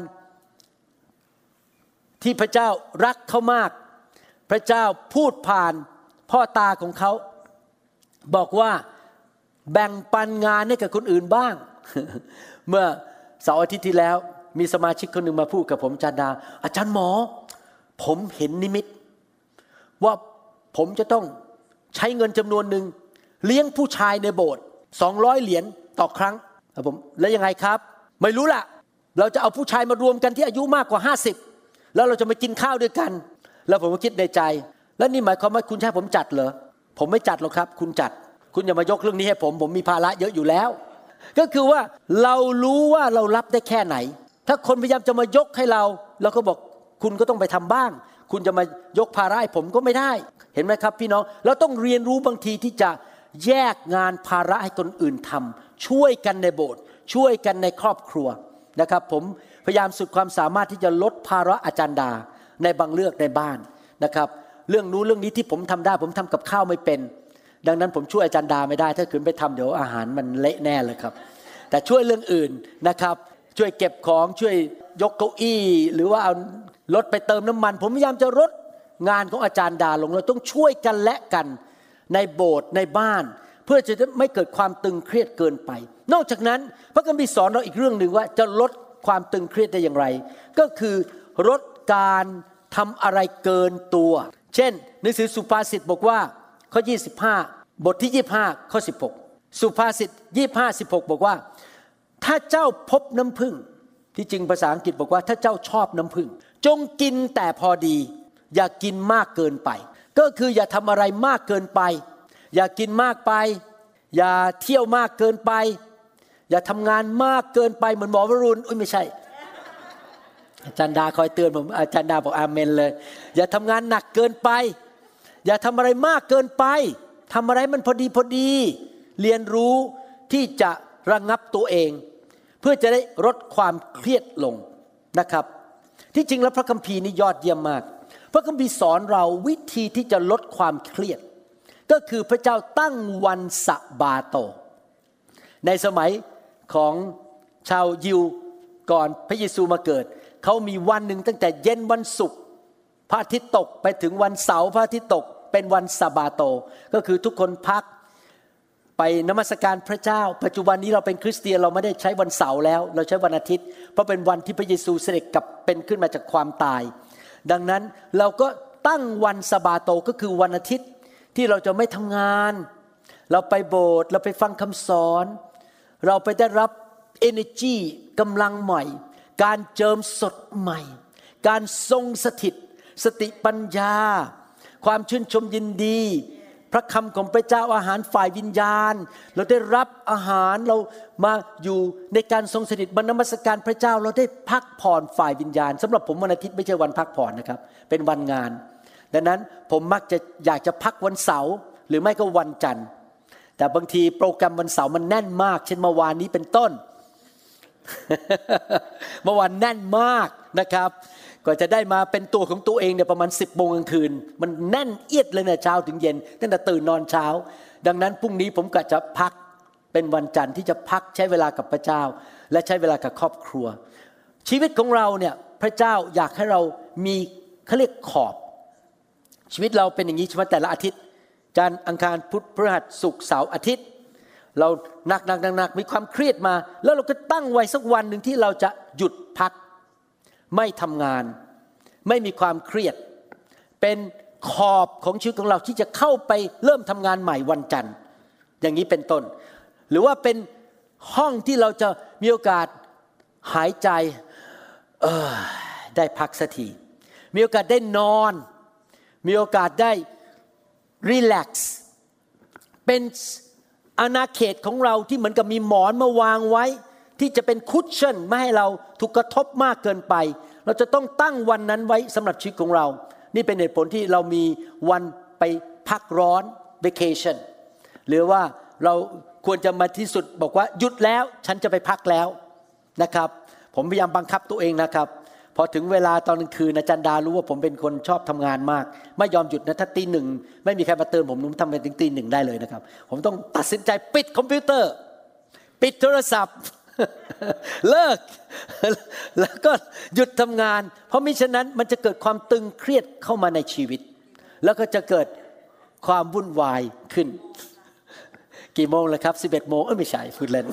ที่พระเจ้ารักเขามากพระเจ้าพูดผ่านพ่อตาของเขาบอกว่าแบ่งปันงานให้กับคนอื่นบ้าง เมื่อเสาร์อาทิตย์ที่แล้วมีสมาชิกคนหนึ่งมาพูดกับผมอาจารย์ดาอาจารย์หมอผมเห็นนิมิตว่าผมจะต้องใช้เงินจำนวนหนึ่งเลี้ยงผู้ชายในโบสถ์สองร้อยเหรียญต่อครั้งผมแล้วยังไงครับไม่รู้ล่ะเราจะเอาผู้ชายมารวมกันที่อายุมากกว่าห้าสิบแล้วเราจะมากินข้าวด้วยกันแล้วผมก็คิดในใจแล้วนี่หมายความว่าคุณใช้ผมจัดเหรอผมไม่จัดหรอกครับคุณจัดคุณอย่ามายกเรื่องนี้ให้ผมผมมีภาระเยอะอยู่แล้วก็คือว่าเรารู้ว่าเรารับได้แค่ไหนถ้าคนพยายามจะมายกให้เราเราก็บอกคุณก็ต้องไปทำบ้างคุณจะมายกภาระให้ผมก็ไม่ได้เห็นไหมครับพี่น้องเราต้องเรียนรู้บางทีที่จะแยกงานภาระให้คนอื่นทำช่วยกันในโบสถ์ช่วยกันในครอบครัวนะครับผมพยายามสุดความสามารถที่จะลดภาระอาจารย์ดาในบางเรื่องในบ้านนะครับเรื่องนู้นเรื่องนี้ที่ผมทำได้ผมทำกับข้าวไม่เป็นดังนั้นผมช่วยอาจารย์ดาไม่ได้ถ้าขืนไปทำเดี๋ยวอาหารมันเละแน่เลยครับแต่ช่วยเรื่องอื่นนะครับช่วยเก็บของช่วยยกเก้าอี้หรือว่าเอารถไปเติมน้ำมันผมพยายามจะลดงานของอาจารย์ดาลงเราต้องช่วยกันและกันในโบสถ์ในบ้านเพื่อจะไม่เกิดความตึงเครียดเกินไปนอกจากนั้นพระคัมภีร์สอนเราอีกเรื่องนึงว่าจะลดความตึงเครียดได้อย่างไรก็คือลดการทำอะไรเกินตัวเช่นหนังสือสุภาษิตบอกว่าข้อยี่สิบห้าบทที่ยี่สิบห้าข้อสิบหกสุภาษิตยี่สิบห้า สิบหกบอกว่าถ้าเจ้าพบน้ำผึ้งที่จริงภาษาอังกฤษบอกว่าถ้าเจ้าชอบน้ำผึ้งจงกินแต่พอดีอย่ากินมากเกินไปก็คืออย่าทำอะไรมากเกินไปอย่ากินมากไปอย่าเที่ยวมากเกินไปอย่าทำงานมากเกินไปเหมือนหมอวรุณอุ้ยไม่ใช่อาจารย์ดาคอยเตือนผมอาจารย์ดาบอกอาเมนเลยอย่าทำงานหนักเกินไปอย่าทำอะไรมากเกินไปทำอะไรมันพอดีพอดีเรียนรู้ที่จะระงับตัวเองเพื่อจะได้ลดความเครียดลงนะครับที่จริงแล้วพระคัมภีร์นี่ยอดเยี่ยมมากพระคัมภีร์สอนเราวิธีที่จะลดความเครียดก็คือพระเจ้าตั้งวันสะบาโตในสมัยของชาวยิวก่อนพระเยซูมาเกิดเขามีวันหนึ่งตั้งแต่เย็นวันศุกร์พระอาทิตย์ตกไปถึงวันเสาร์พระอาทิตย์ตกเป็นวันสะบาโตก็คือทุกคนพักไปนมัสการพระเจ้าปัจจุบันนี้เราเป็นคริสเตียนเราไม่ได้ใช้วันเสาร์แล้วเราใช้วันอาทิตย์เพราะเป็นวันที่พระเยซูเสด็จกลับเป็นขึ้นมาจากความตายดังนั้นเราก็ตั้งวันสะบาโตก็คือวันอาทิตย์ที่เราจะไม่ทำงานเราไปโบสถ์เราไปฟังคำสอนเราไปได้รับ energy กำลังใหม่การเจิมสดใหม่การทรงสถิตสติปัญญาความชื่นชมยินดีพระคำของพระเจ้าอาหารฝ่ายวิญญาณเราได้รับอาหารเรามาอยู่ในการทรงสถิตบรรณมัสการพระเจ้าเราได้พักผ่อนฝ่ายวิญญาณสำหรับผมวันอาทิตย์ไม่ใช่วันพักผ่อนนะครับเป็นวันงานดังนั้นผมมักจะอยากจะพักวันเสาร์หรือไม่ก็วันจันทร์แต่บางทีโปรแกรมวันเสาร์มันแน่นมากเช่นเมื่อวานนี้เป็นต้น เมื่อวานแน่นมากนะครับกว่าจะได้มาเป็นตัวของตัวเองเนี่ยประมาณสิบโมงกลางคืนมันแน่นเอียดเลยนะเช้าถึงเย็นตั้งแต่ตื่นนอนเช้าดังนั้นพรุ่งนี้ผมก็จะพักเป็นวันจันทร์ที่จะพักใช้เวลากับพระเจ้าและใช้เวลากับครอบครัวชีวิตของเราเนี่ยพระเจ้าอยากให้เรามีเขาเรียกขอบชีวิตเราเป็นอย่างนี้ใช่ไหมแต่ละอาทิตย์จันทร์อังคารพุธพฤหัสศุกร์เสาร์อาทิตย์เราหนักหนักหนักหนักมีความเครียดมาแล้วเราก็ตั้งไว้สักวันหนึ่งที่เราจะหยุดพักไม่ทำงานไม่มีความเครียดเป็นขอบของชีวิตของเราที่จะเข้าไปเริ่มทำงานใหม่วันจันทร์อย่างนี้เป็นต้นหรือว่าเป็นห้องที่เราจะมีโอกาสหายใจเออได้พักสักทีมีโอกาสได้นอนมีโอกาสได้รีแลกซ์เป็นอาณาเขตของเราที่เหมือนกับมีหมอนมาวางไว้ที่จะเป็นคุชชั่นไม่ให้เราถูกกระทบมากเกินไปเราจะต้องตั้งวันนั้นไว้สำหรับชีวิตของเรานี่เป็นเหตุผลที่เรามีวันไปพักร้อน vacation หรือว่าเราควรจะมาที่สุดบอกว่าหยุดแล้วฉันจะไปพักแล้วนะครับผมพยายามบังคับตัวเองนะครับพอถึงเวลาตอนกลางคืนอาจารย์ดารู้ว่าผมเป็นคนชอบทำงานมากไม่ยอมหยุดนะถ้าตีหนึ่งไม่มีใครมาเตือนผมผมทำไปถึงตีหนึ่งได้เลยนะครับผมต้องตัดสินใจปิดคอมพิวเตอร์ปิดโทรศัพท์เลิกแล้วก็หยุดทำงานเพราะมิฉะนั้นมันจะเกิดความตึงเครียดเข้ามาในชีวิตแล้วก็จะเกิดความวุ่นวายขึ้นกี่โมงแล้วครับสิบเอ็ดโมงเอ้ยไม่ใช่พูดเล่น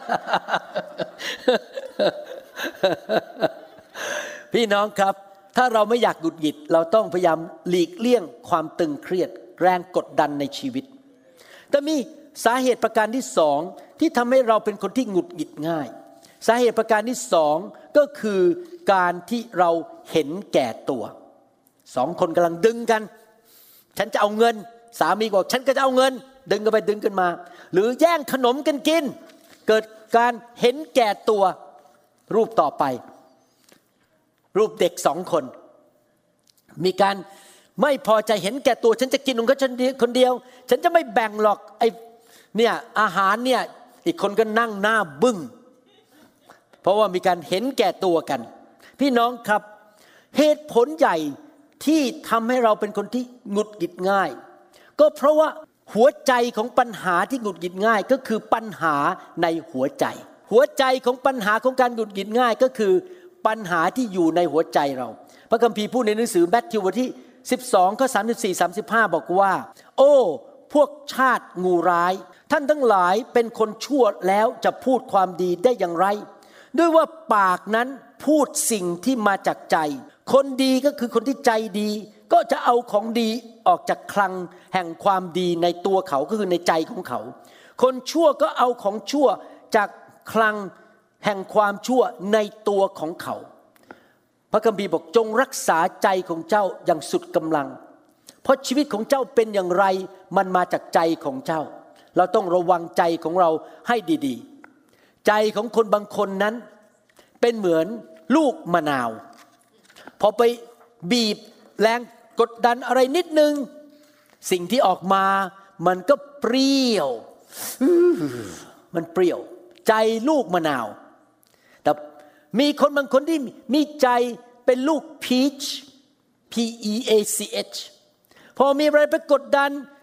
พี่น้องครับถ้าเราไม่อยากหงุดหงิดเราต้องพยายามหลีกเลี่ยงความตึงเครียดแรงกดดันในชีวิตแต่มีสาเหตุประการที่สองที่ทำให้เราเป็นคนที่หงุดหงิดง่ายสาเหตุประการที่สองก็คือการที่เราเห็นแก่ตัวสองคนกำลังดึงกันฉันจะเอาเงินสามีบอกฉันก็จะเอาเงินดึงกันไปดึงกันมาหรือแย่งขนมกันกินเกิดการเห็นแก่ตัวรูปต่อไปรูปเด็กสองคนมีการไม่พอใจเห็นแก่ตัวฉันจะกินของฉันคนเดียวฉันจะไม่แบ่งหรอกไอ้เนี่ยอาหารเนี่ยอีกคนก็นั่งหน้าบึ้งเพราะว่ามีการเห็นแก่ตัวกันพี่น้องครับเหตุผลใหญ่ที่ทำให้เราเป็นคนที่หงุดหงิดง่ายก็เพราะว่าหัวใจของปัญหาที่หงุดหงิดง่ายก็คือปัญหาในหัวใจหัวใจของปัญหาของการหงุดหงิดง่ายก็คือปัญหาที่อยู่ในหัวใจเราพระคัมภีร์พูดในหนังสือแมทธิวบทที่สิบสองข้อสามสิบสี่ สามสิบห้าบอกว่าโอ้พวกชาติงูร้ายท่านทั้งหลายเป็นคนชั่วแล้วจะพูดความดีได้อย่างไรด้วยว่าปากนั้นพูดสิ่งที่มาจากใจคนดีก็คือคนที่ใจดีก็จะเอาของดีออกจากคลังแห่งความดีในตัวเขาก็คือในใจของเขาคนชั่วก็เอาของชั่วจากคลังแห่งความชั่วในตัวของเขาพระคัมภีร์บอกจงรักษาใจของเจ้าอย่างสุดกำลังเพราะชีวิตของเจ้าเป็นอย่างไรมันมาจากใจของเจ้าเราต้องระวังใจของเราให้ดีๆใจของคนบางคนนั้นเป็นเหมือนลูกมะนาวพอไปบีบแรงกดดันอะไรนิดนึงสิ่งที่ออกมามันก็เปรี้ยวมันเปรี้ยวใจลูกมะนาวแต่มีคนบางคนที่มีใจเป็นลูกพีช P E A C H พอมีอะไรไปกดดัน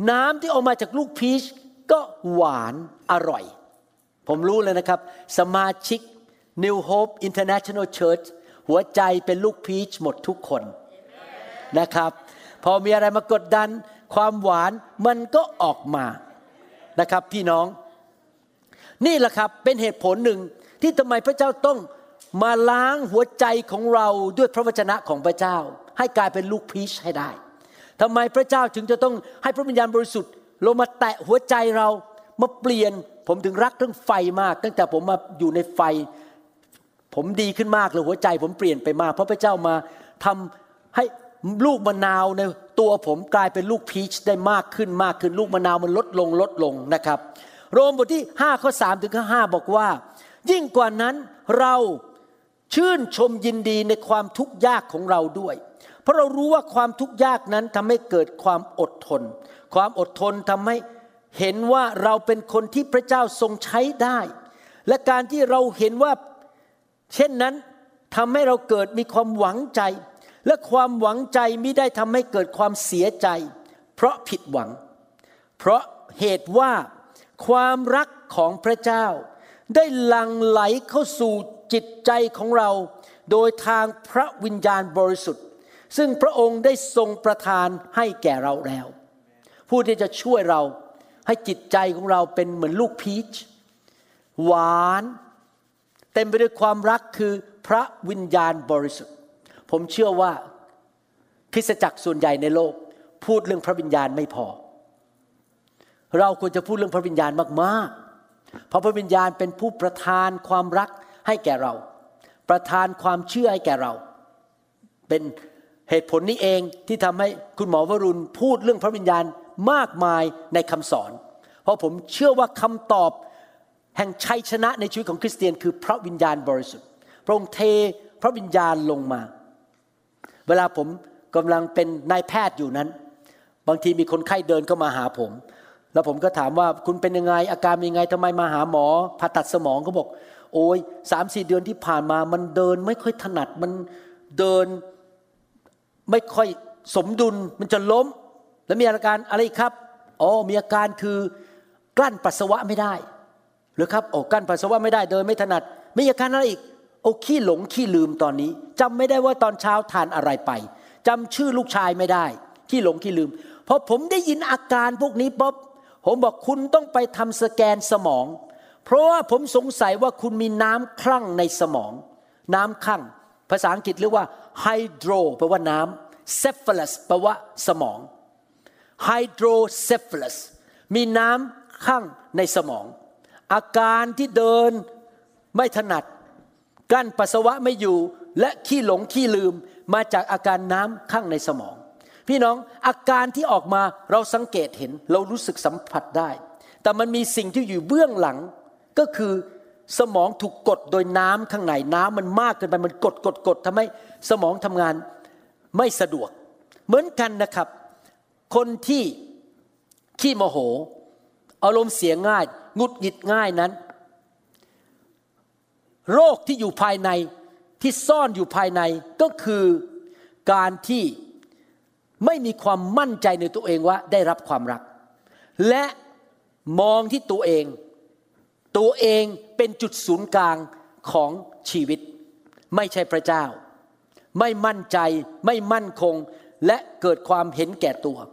น้ำที่ออกมาจากลูกพีชก็หวานอร่อยผมรู้เลยนะครับสมาชิก New Hope International Church หัวใจเป็นลูกพีชหมดทุกคนนะครับพอมีอะไรมากดดันความหวานมันก็ออกมานะครับพี่น้องนี่แหละครับเป็นเหตุผลหนึ่งที่ทำไมพระเจ้าต้องมาล้างหัวใจของเราด้วยพระวจนะของพระเจ้าให้กลายเป็นลูกพีชให้ได้ทำไมพระเจ้าถึงจะต้องให้พระวิญญาณบริสุทธิ์ลงมาแตะหัวใจเรามาเปลี่ยนผมถึงรักเรื่องไฟมากตั้งแต่ผมมาอยู่ในไฟผมดีขึ้นมากเลยหัวใจผมเปลี่ยนไปมากเพราะพระเจ้ามาทำให้ลูกมะนาวในตัวผมกลายเป็นลูกพีชได้มากขึ้นมากขึ้นลูกมะนาวมันลดลงลดลงนะครับโรมบทที่ห้าข้อสามถึงข้อห้าบอกว่ายิ่งกว่านั้นเราชื่นชมยินดีในความทุกข์ยากของเราด้วยเพราะเรารู้ว่าความทุกข์ยากนั้นทำให้เกิดความอดทนความอดทนทำให้เห็นว่าเราเป็นคนที่พระเจ้าทรงใช้ได้และการที่เราเห็นว่าเช่นนั้นทำให้เราเกิดมีความหวังใจและความหวังใจมิได้ทำให้เกิดความเสียใจเพราะผิดหวังเพราะเหตุว่าความรักของพระเจ้าได้หลั่งไหลเข้าสู่จิตใจของเราโดยทางพระวิญญาณบริสุทธิ์ซึ่งพระองค์ได้ทรงประทานให้แก่เราแล้วผู้ที่จะช่วยเราให้จิตใจของเราเป็นเหมือนลูกพีชหวานเต็มไปด้วยความรักคือพระวิญญาณบริสุทธิ์ผมเชื่อว่าคริสตจักรส่วนใหญ่ในโลกพูดเรื่องพระวิญญาณไม่พอเราควรจะพูดเรื่องพระวิญญาณมากๆเพราะพระวิญญาณเป็นผู้ประทานความรักให้แก่เราประทานความเชื่อให้แก่เราเป็นเหตุผลนี้เองที่ทำให้คุณหมอวรุณพูดเรื่องพระวิญญาณมากมายในคำสอนเพราะผมเชื่อว่าคำตอบแห่งชัยชนะในชีวิตของคริสเตียนคือพระวิญญาณบริสุทธิ์พระองค์เทพระวิญญาณลงมาเวลาผมกำลังเป็นนายแพทย์อยู่นั้นบางทีมีคนไข้เดินเข้ามาหาผมแล้วผมก็ถามว่าคุณเป็นยังไงอาการเป็นยังไงทำไมมาหาหมอผ่าตัดสมองเขาบอกโอ้ย สามสี่ เดือนที่ผ่านมามันเดินไม่ค่อยถนัดมันเดินไม่ค่อยสมดุลมันจะล้มแล้วมีอาการอะไรครับอ๋อมีอาการคือกลั้นปัสสาวะไม่ได้หรือครับโอ้กลั้นปัสสาวะไม่ได้เดินไม่ถนัดมีอาการอะไรอีกโอ้ขี้หลงขี้ลืมตอนนี้จำไม่ได้ว่าตอนเช้าทานอะไรไปจำชื่อลูกชายไม่ได้ขี้หลงขี้ลืมพอผมได้ยินอาการพวกนี้ป๊บผมบอกคุณต้องไปทำสแกนสมองเพราะว่าผมสงสัยว่าคุณมีน้ำคลั่งในสมองน้ำคลั่งภาษาอังกฤษเรียกว่า hydro แปลว่าน้ำ cephalus แปลว่าสมอง hydrocephalus มีน้ำคลั่งในสมองอาการที่เดินไม่ถนัดกลั้นปัสสาวะไม่อยู่และขี้หลงขี้ลืมมาจากอาการน้ำคลั่งในสมองพี่น้องอาการที่ออกมาเราสังเกตเห็นเรารู้สึกสัมผัสได้แต่มันมีสิ่งที่อยู่เบื้องหลังก็คือสมองถูกกดโดยน้ำข้างในน้ำมันมากเกินไปมันกดกดกดทำให้สมองทำงานไม่สะดวกเหมือนกันนะครับคนที่ขี้โมโหอารมณ์เสียง่ายหงุดหงิดง่ายนั้นโรคที่อยู่ภายในที่ซ่อนอยู่ภายในก็คือการที่ไม่มีความมั่นใจในตัวเองว่าได้รับความรักและมองที่ตัวเองตัวเองเป็นจุดศูนย์กลางของชีวิตไม่ใช่พระเจ้าไม่มั่นใจไม่มั่นคงและเกิดความเห็นแก่ตัว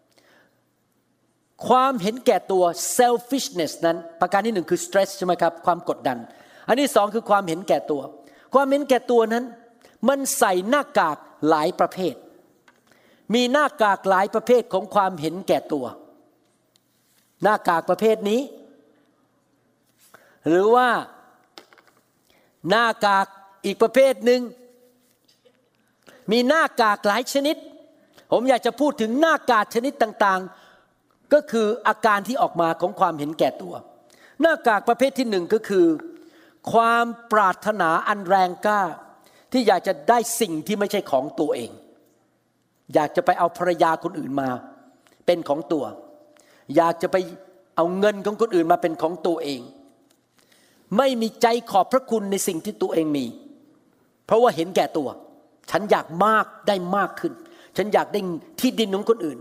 ความเห็นแก่ตัว selfishness นั้นประการที่หนึ่งคือ stress ใช่ไหมครับความกดดันอันที่สองคือความเห็นแก่ตัวความเห็นแก่ตัวนั้นมันใส่หน้ากากหลายประเภทมีหน้ากากหลายประเภทของความเห็นแก่ตัวหน้ากากประเภทนี้หรือว่าหน้ากากอีกประเภทหนึ่งมีหน้ากากหลายชนิดผมอยากจะพูดถึงหน้ากากชนิดต่างๆก็คืออาการที่ออกมาของความเห็นแก่ตัวหน้ากากประเภทที่หนึ่งก็คือความปรารถนาอันแรงกล้าที่อยากจะได้สิ่งที่ไม่ใช่ของตัวเองอยากจะไปเอาภรรยาคนอื่นมาเป็นของตัวอยากจะไปเอาเงินของคนอื่นมาเป็นของตัวเองไม่มีใจขอบพระคุณในสิ่งที่ตัวเองมีเพราะว่าเห็นแก่ตัวฉันอยากมากได้มากขึ้นฉันอยากได้ที่ดินของคนอื่น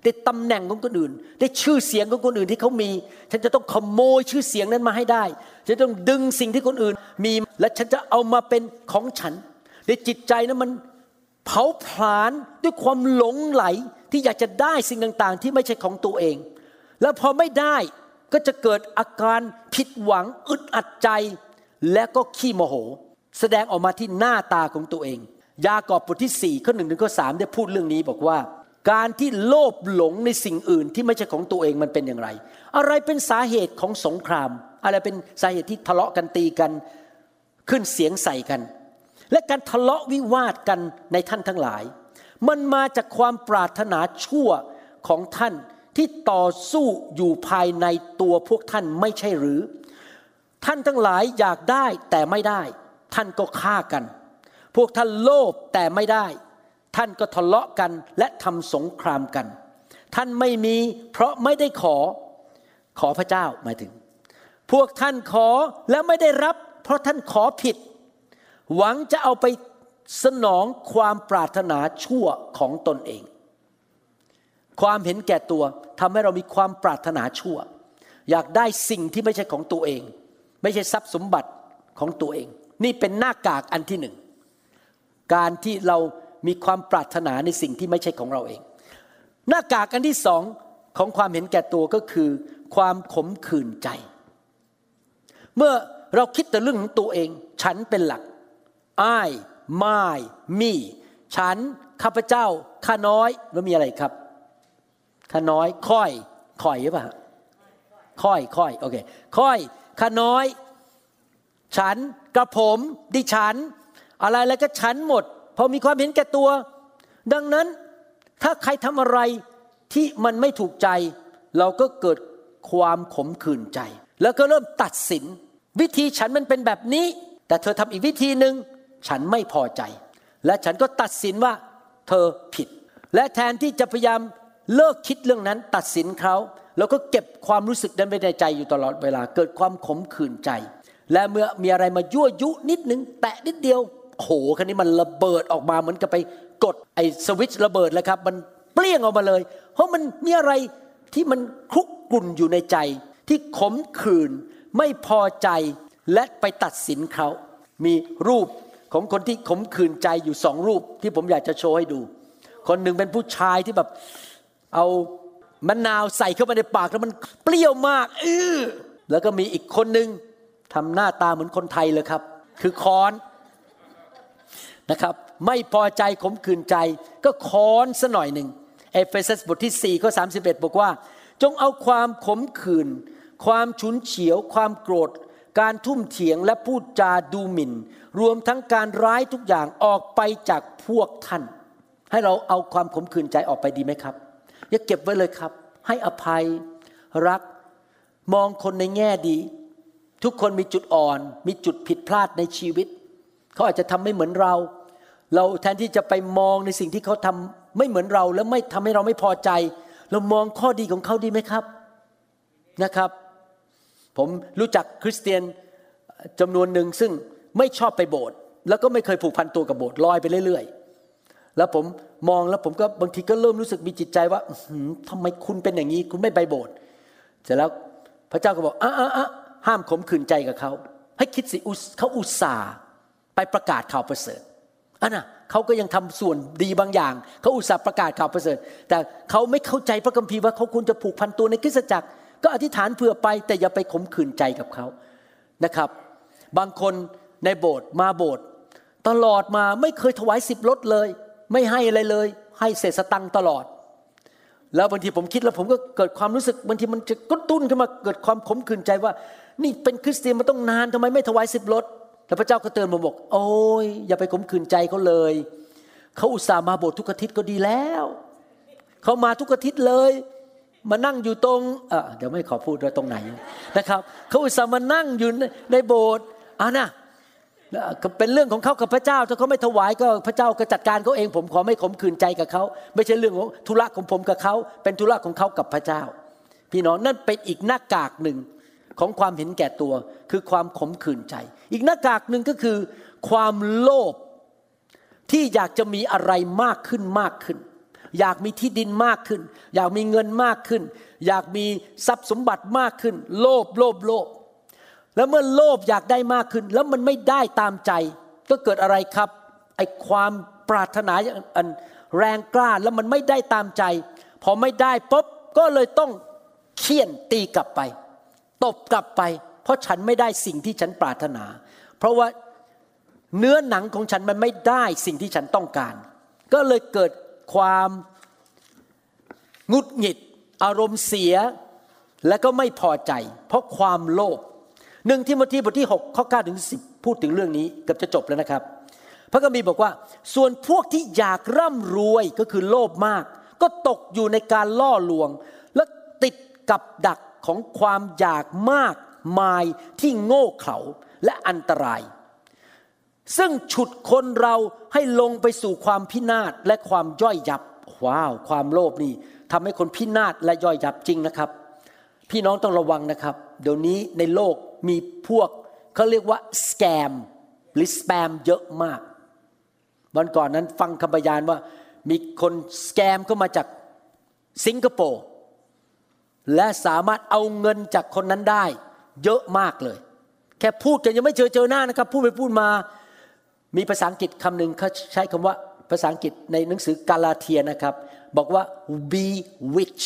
ได้ตำแหน่งของคนอื่นได้ชื่อเสียงของคนอื่นที่เขามีฉันจะต้องขโมยชื่อเสียงนั้นมาให้ได้ฉันต้องดึงสิ่งที่คนอื่นมีและฉันจะเอามาเป็นของฉันในจิตใจนั้นมันเผาผลาญด้วยความหลงไหลที่อยากจะได้สิ่งต่างๆที่ไม่ใช่ของตัวเองแล้วพอไม่ได้ก็จะเกิดอาการผิดหวังอึดอัดใจและก็ขี้โมโหแสดงออกมาที่หน้าตาของตัวเองยากอบบทที่สี่ข้อหนึ่งถึงข้อสามได้พูดเรื่องนี้บอกว่าการที่โลภหลงในสิ่งอื่นที่ไม่ใช่ของตัวเองมันเป็นอย่างไรอะไรเป็นสาเหตุของสงครามอะไรเป็นสาเหตุที่ทะเลาะกันตีกันขึ้นเสียงใส่กันและการทะเลาะวิวาทกันในท่านทั้งหลายมันมาจากความปรารถนาชั่วของท่านที่ต่อสู้อยู่ภายในตัวพวกท่านไม่ใช่หรือท่านทั้งหลายอยากได้แต่ไม่ได้ท่านก็ฆ่ากันพวกท่านโลภแต่ไม่ได้ท่านก็ทะเลาะกันและทำสงครามกันท่านไม่มีเพราะไม่ได้ขอขอพระเจ้าหมายถึงพวกท่านขอและไม่ได้รับเพราะท่านขอผิดหวังจะเอาไปสนองความปรารถนาชั่วของตนเองความเห็นแก่ตัวทำให้เรามีความปรารถนาชั่วอยากได้สิ่งที่ไม่ใช่ของตัวเองไม่ใช่ทรัพย์สมบัติของตัวเองนี่เป็นหน้ากากอันที่หนึ่งการที่เรามีความปรารถนาในสิ่งที่ไม่ใช่ของเราเองหน้ากากอันที่สองของความเห็นแก่ตัวก็คือความขมขื่นใจเมื่อเราคิดแต่เรื่องของตัวเองฉันเป็นหลักอ้ายม่ายมี่ฉันข้าพเจ้าข้าน้อยแล้วมีอะไรครับข้าน้อยค่อยค่อยหรือเปล่าค่อยค่อยโอเคค่อยข้าน้อยฉันกระผมดิฉันอะไรแล้วก็ฉันหมดพอมีความเห็นแก่ตัวดังนั้นถ้าใครทำอะไรที่มันไม่ถูกใจเราก็เกิดความขมขื่นใจแล้วก็เริ่มตัดสินวิธีฉันมันเป็นแบบนี้แต่เธอทำอีกวิธีนึงฉันไม่พอใจและฉันก็ตัดสินว่าเธอผิดและแทนที่จะพยายามเลิกคิดเรื่องนั้นตัดสินเขาแล้วก็เก็บความรู้สึกนั้นไว้ในใจอยู่ตลอดเวลาเกิดความขมขื่นใจและเมื่อมีอะไรมายั่วยุนิดนึงแตะนิดเดียวโอ้โหคันนี้มันระเบิดออกมาเหมือนกับไปกดไอ้สวิตช์ระเบิดแล้วครับมันเปรี้ยงออกมาเลยเพราะมันมีอะไรที่มันคลุกกลุ่นอยู่ในใจที่ขมขื่นไม่พอใจและไปตัดสินเขามีรูปของคนที่ขมขื่นใจอยู่สองรูปที่ผมอยากจะโชว์ให้ดูคนหนึ่งเป็นผู้ชายที่แบบเอามะนาวใส่เข้าไปในปากแล้วมันเปรี้ยวมากอื้อแล้วก็มีอีกคนนึงทำหน้าตาเหมือนคนไทยเลยครับคือค้อนนะครับไม่พอใจขมขื่นใจก็ค้อนซะหน่อยหนึ่งเอเฟซัสบทที่สี่ข้อสามสิบเอ็ดบอกว่าจงเอาความขมขื่นความฉุนเฉียวความโกรธการทุ่มเถียงและพูดจาดูหมิ่นรวมทั้งการร้ายทุกอย่างออกไปจากพวกท่านให้เราเอาความขมขื่นใจออกไปดีไหมครับอย่าเก็บไว้เลยครับให้อภัยรักมองคนในแง่ดีทุกคนมีจุดอ่อนมีจุดผิดพลาดในชีวิตเขาอาจจะทำไม่เหมือนเราเราแทนที่จะไปมองในสิ่งที่เขาทำไม่เหมือนเราแล้วไม่ทำให้เราไม่พอใจเรามองข้อดีของเขาดีไหมครับนะครับผมรู้จักคริสเตียนจำนวนหนึ่งซึ่งไม่ชอบไปโบสถ์แล้วก็ไม่เคยผูกพันตัวกับโบสถ์ลอยไปเรื่อยๆแล้วผมมองแล้วผมก็บางทีก็เริ่มรู้สึกมีจิตใจว่าทำไมคุณเป็นอย่างนี้คุณไม่ไปโบสถ์เสร็จแล้วพระเจ้าก็บอกอ่ะอ่ะอ่ะห้ามขมขื่นใจกับเขาให้คิดสิเขาอุตส่าห์ไปประกาศข่าวประเสริฐอ่ะนะเขาก็ยังทำส่วนดีบางอย่างเขาอุตส่าห์ประกาศข่าวประเสริฐแต่เขาไม่เข้าใจพระคัมภีร์ว่าเขาควรจะผูกพันตัวในคริสตจักรก็อธิษฐานเผื่อไปแต่อย่าไปขมขื่นใจกับเขานะครับบางคนในโบสถ์มาโบสถ์ตลอดมาไม่เคยถวายสิบลดเลยไม่ให้อะไรเลยให้เศษสตังค์ตลอดแล้วบางทีผมคิดแล้วผมก็เกิดความรู้สึกบางทีมันจะกระตุ้นขึ้นมาเกิดความขมขื่นใจว่านี่เป็นคริสเตียนมาต้องนานทำไมไม่ถวายสิบลดแต่พระเจ้าก็เตือนผมบอกโอ้ยอย่าไปขมขื่นใจเขาเลยเขาอุตส่าห์มาโบสถ์ทุกอาทิตย์ก็ดีแล้วเขามาทุกอาทิตย์เลยมานั่งอยู่ตรงเออเดี๋ยวไม่ขอพูดว่าตรงไหนนะครับเขาอุตส่าห์มานั่งอยู่ในโบสถ์อ่ะนะก็เป็นเรื่องของเขากับพระเจ้าถ้าเขาไม่ถวายก็พระเจ้าก็จัดการเขาเองผมขอไม่ขมขื่นใจกับเขาไม่ใช่เรื่องของธุระของผมกับเขาเป็นธุระของเขากับพระเจ้าพี่น้องนั่นเป็นอีกหน้ากากหนึ่งของความเห็นแก่ตัวคือความขมขื่นใจอีกหน้ากากหนึ่งก็คือความโลภที่อยากจะมีอะไรมากขึ้นมากขึ้นอยากมีที่ดินมากขึ้นอยากมีเงินมากขึ้นอยากมีทรัพย์สมบัติมากขึ้นโลภโลภโลภแล้วเมื่อโลภอยากได้มากขึ้นแล้วมันไม่ได้ตามใจก็เกิดอะไรครับไอ้ความปรารถนาอันแรงกล้าแล้วมันไม่ได้ตามใจพอไม่ได้ปุ๊บก็เลยต้องเคี่ยนตีกลับไปตบกลับไปเพราะฉันไม่ได้สิ่งที่ฉันปรารถนาเพราะว่าเนื้อหนังของฉันมันไม่ได้สิ่งที่ฉันต้องการก็เลยเกิดความหงุดหงิดอารมณ์เสียและก็ไม่พอใจเพราะความโลภหนึ่งทิโมธีบทที่หกข้อเก้าถึงสิบพูดถึงเรื่องนี้เกือบจะจบแล้วนะครับพระคัมภีร์บอกว่าส่วนพวกที่อยากร่ำรวยก็คือโลภมากก็ตกอยู่ในการล่อลวงและติดกับดักของความอยากมากมายที่โง่เขลาและอันตรายซึ่งฉุดคนเราให้ลงไปสู่ความพินาศและความย่อยยับว้าวความโลภนี่ทำให้คนพินาศและย่อยยับจริงนะครับพี่น้องต้องระวังนะครับเดี๋ยวนี้ในโลกมีพวกเขาเรียกว่าสแกมหรือสแปมเยอะมากวันก่อนนั้นฟังคำบรรยายว่ามีคนสแกมเข้ามาจากสิงคโปร์และสามารถเอาเงินจากคนนั้นได้เยอะมากเลยแค่พูดกันยังไม่เจอเจอหน้านะครับพูดไปพูดมามีภาษาอังกฤษคำหนึ่งเขาใช้คำว่าภาษาอังกฤษในหนังสือกาลาเทียนะครับบอกว่า be witch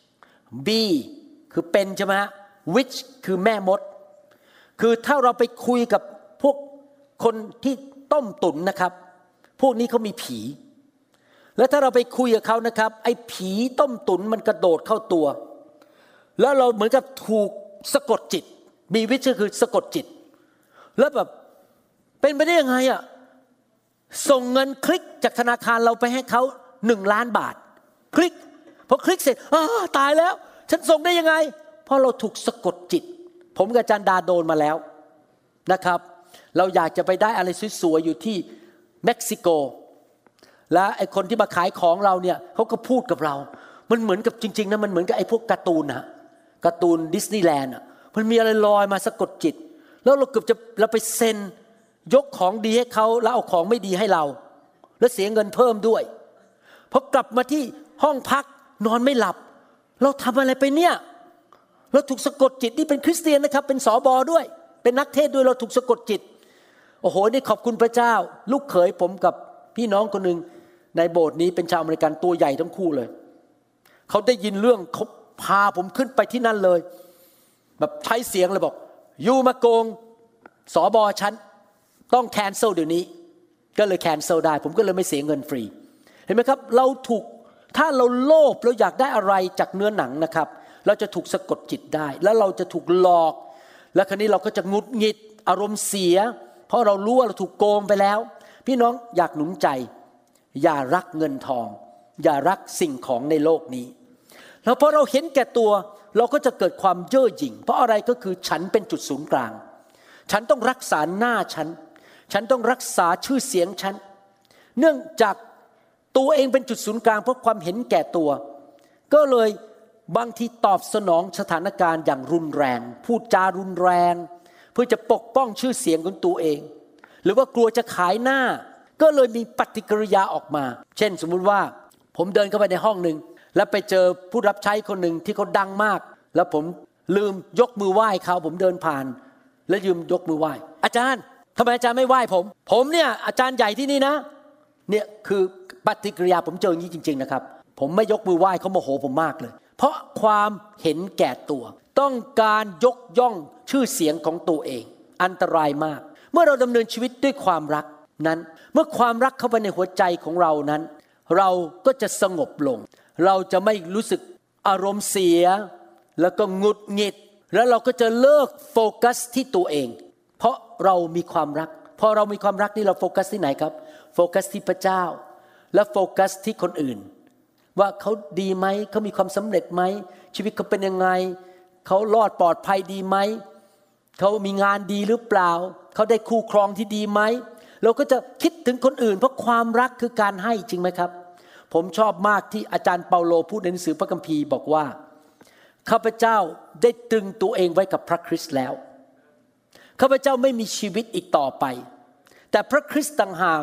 be คือเป็นใช่ไหมฮะ witch คือแม่มดคือถ้าเราไปคุยกับพวกคนที่ต้มตุ๋นนะครับพวกนี้เขามีผีแล้วถ้าเราไปคุยกับเขานะครับไอ้ผีต้มตุ๋นมันกระโดดเข้าตัวแล้วเราเหมือนกับถูกสะกดจิตมีวิชาคือสะกดจิตแล้วแบบเป็นไปได้ยังไงอ่ะส่งเงินคลิกจากธนาคารเราไปให้เขาหนึ่งล้านบาทคลิกพอคลิกเสร็จอ้าตายแล้วฉันส่งได้ยังไงเพราะเราถูกสะกดจิตผมกับอาจารย์ดาโดนมาแล้วนะครับเราอยากจะไปได้อะไรสวยๆอยู่ที่เม็กซิโกและไอ้คนที่มาขายของเราเนี่ยเขาก็พูดกับเรามันเหมือนกับจริงๆนะมันเหมือนกับไอ้พวกการ์ตูนนะการ์ตูนดิสนีย์แลนด์อ่ะมันมีอะไรลอยมาสะกดจิตแล้วเราเกือบจะเราไปเซ็นยกของดีให้เขาแล้วเอาของไม่ดีให้เราแล้วเสียเงินเพิ่มด้วยพอกลับมาที่ห้องพักนอนไม่หลับเราทำอะไรไปเนี่ยเราถูกสะกดจิตนี่เป็นคริสเตียนนะครับเป็นสบด้วยเป็นนักเทศด้วยเราถูกสะกดจิตโอ้โหนี่ขอบคุณพระเจ้าลูกเขยผมกับพี่น้องคนนึงในโบสถ์นี้เป็นชาวอเมริกันตัวใหญ่ทั้งคู่เลยเขาได้ยินเรื่องเขาพาผมขึ้นไปที่นั่นเลยแบบใช้เสียงเลยบอกยูมาโกงสบฉันต้องแคนเซิลเดี๋ยวนี้ก็เลยแคนเซิลได้ผมก็เลยไม่เสียเงินฟรีเห็นไหมครับเราถูกถ้าเราโลภเราอยากได้อะไรจากเนื้อหนังนะครับเราจะถูกสะกดจิตได้แล้วเราจะถูกหลอกแล้วคราวนี้เราก็จะงุดหงิดอารมณ์เสียเพราะเรารู้ว่าเราถูกโกงไปแล้วพี่น้องอยากหนุนใจอย่ารักเงินทองอย่ารักสิ่งของในโลกนี้แล้วพอเราเห็นแก่ตัวเราก็จะเกิดความเย่อหยิ่งเพราะอะไรก็คือฉันเป็นจุดศูนย์กลางฉันต้องรักษาหน้าฉันฉันต้องรักษาชื่อเสียงฉันเนื่องจากตัวเองเป็นจุดศูนย์กลางเพราะความเห็นแก่ตัวก็เลยบางทีตอบสนองสถานการณ์อย่างรุนแรงพูดจารุนแรงเพื่อจะปกป้องชื่อเสียงของตัวเองหรือว่ากลัวจะขายหน้าก็เลยมีปฏิกิริยาออกมาเช่นสมมุติว่าผมเดินเข้าไปในห้องนึงแล้วไปเจอผู้รับใช้คนหนึ่งที่เขาดังมากแล้วผมลืมยกมือไหว้เขาผมเดินผ่านแล้วยืมยกมือไหว้อาจารย์ทำไมอาจารย์ไม่ไหว้ผมผมเนี่ยอาจารย์ใหญ่ที่นี่นะเนี่ยคือปฏิกิริยาผมเจออย่างนี้จริงๆนะครับผมไม่ยกมือไหว้เขาโมโหผมมากเลยเพราะความเห็นแก่ตัวต้องการยกย่องชื่อเสียงของตัวเองอันตรายมากเมื่อเราดำเนินชีวิตด้วยความรักนั้นเมื่อความรักเข้าไปในหัวใจของเรานั้นเราก็จะสงบลงเราจะไม่รู้สึกอารมณ์เสียแล้วก็หงุดหงิดแล้วเราก็จะเลิกโฟกัสที่ตัวเองเพราะเรามีความรักพอเรามีความรักนี่เราโฟกัสที่ไหนครับโฟกัสที่พระเจ้าและโฟกัสที่คนอื่นว่าเขาดีไหมเขามีความสำเร็จไหมชีวิตเขาเป็นยังไงเขารอดปลอดภัยดีไหมเขามีงานดีหรือเปล่าเขาได้คู่ครองที่ดีไหมเราก็จะคิดถึงคนอื่นเพราะความรักคือการให้จริงไหมครับผมชอบมากที่อาจารย์เปาโลพูดในหนังสือพระคัมภีร์บอกว่าข้าพเจ้าได้ตรึงตัวเองไว้กับพระคริสต์แล้วข้าพเจ้าไม่มีชีวิตอีกต่อไปแต่พระคริสต์ต่างหาก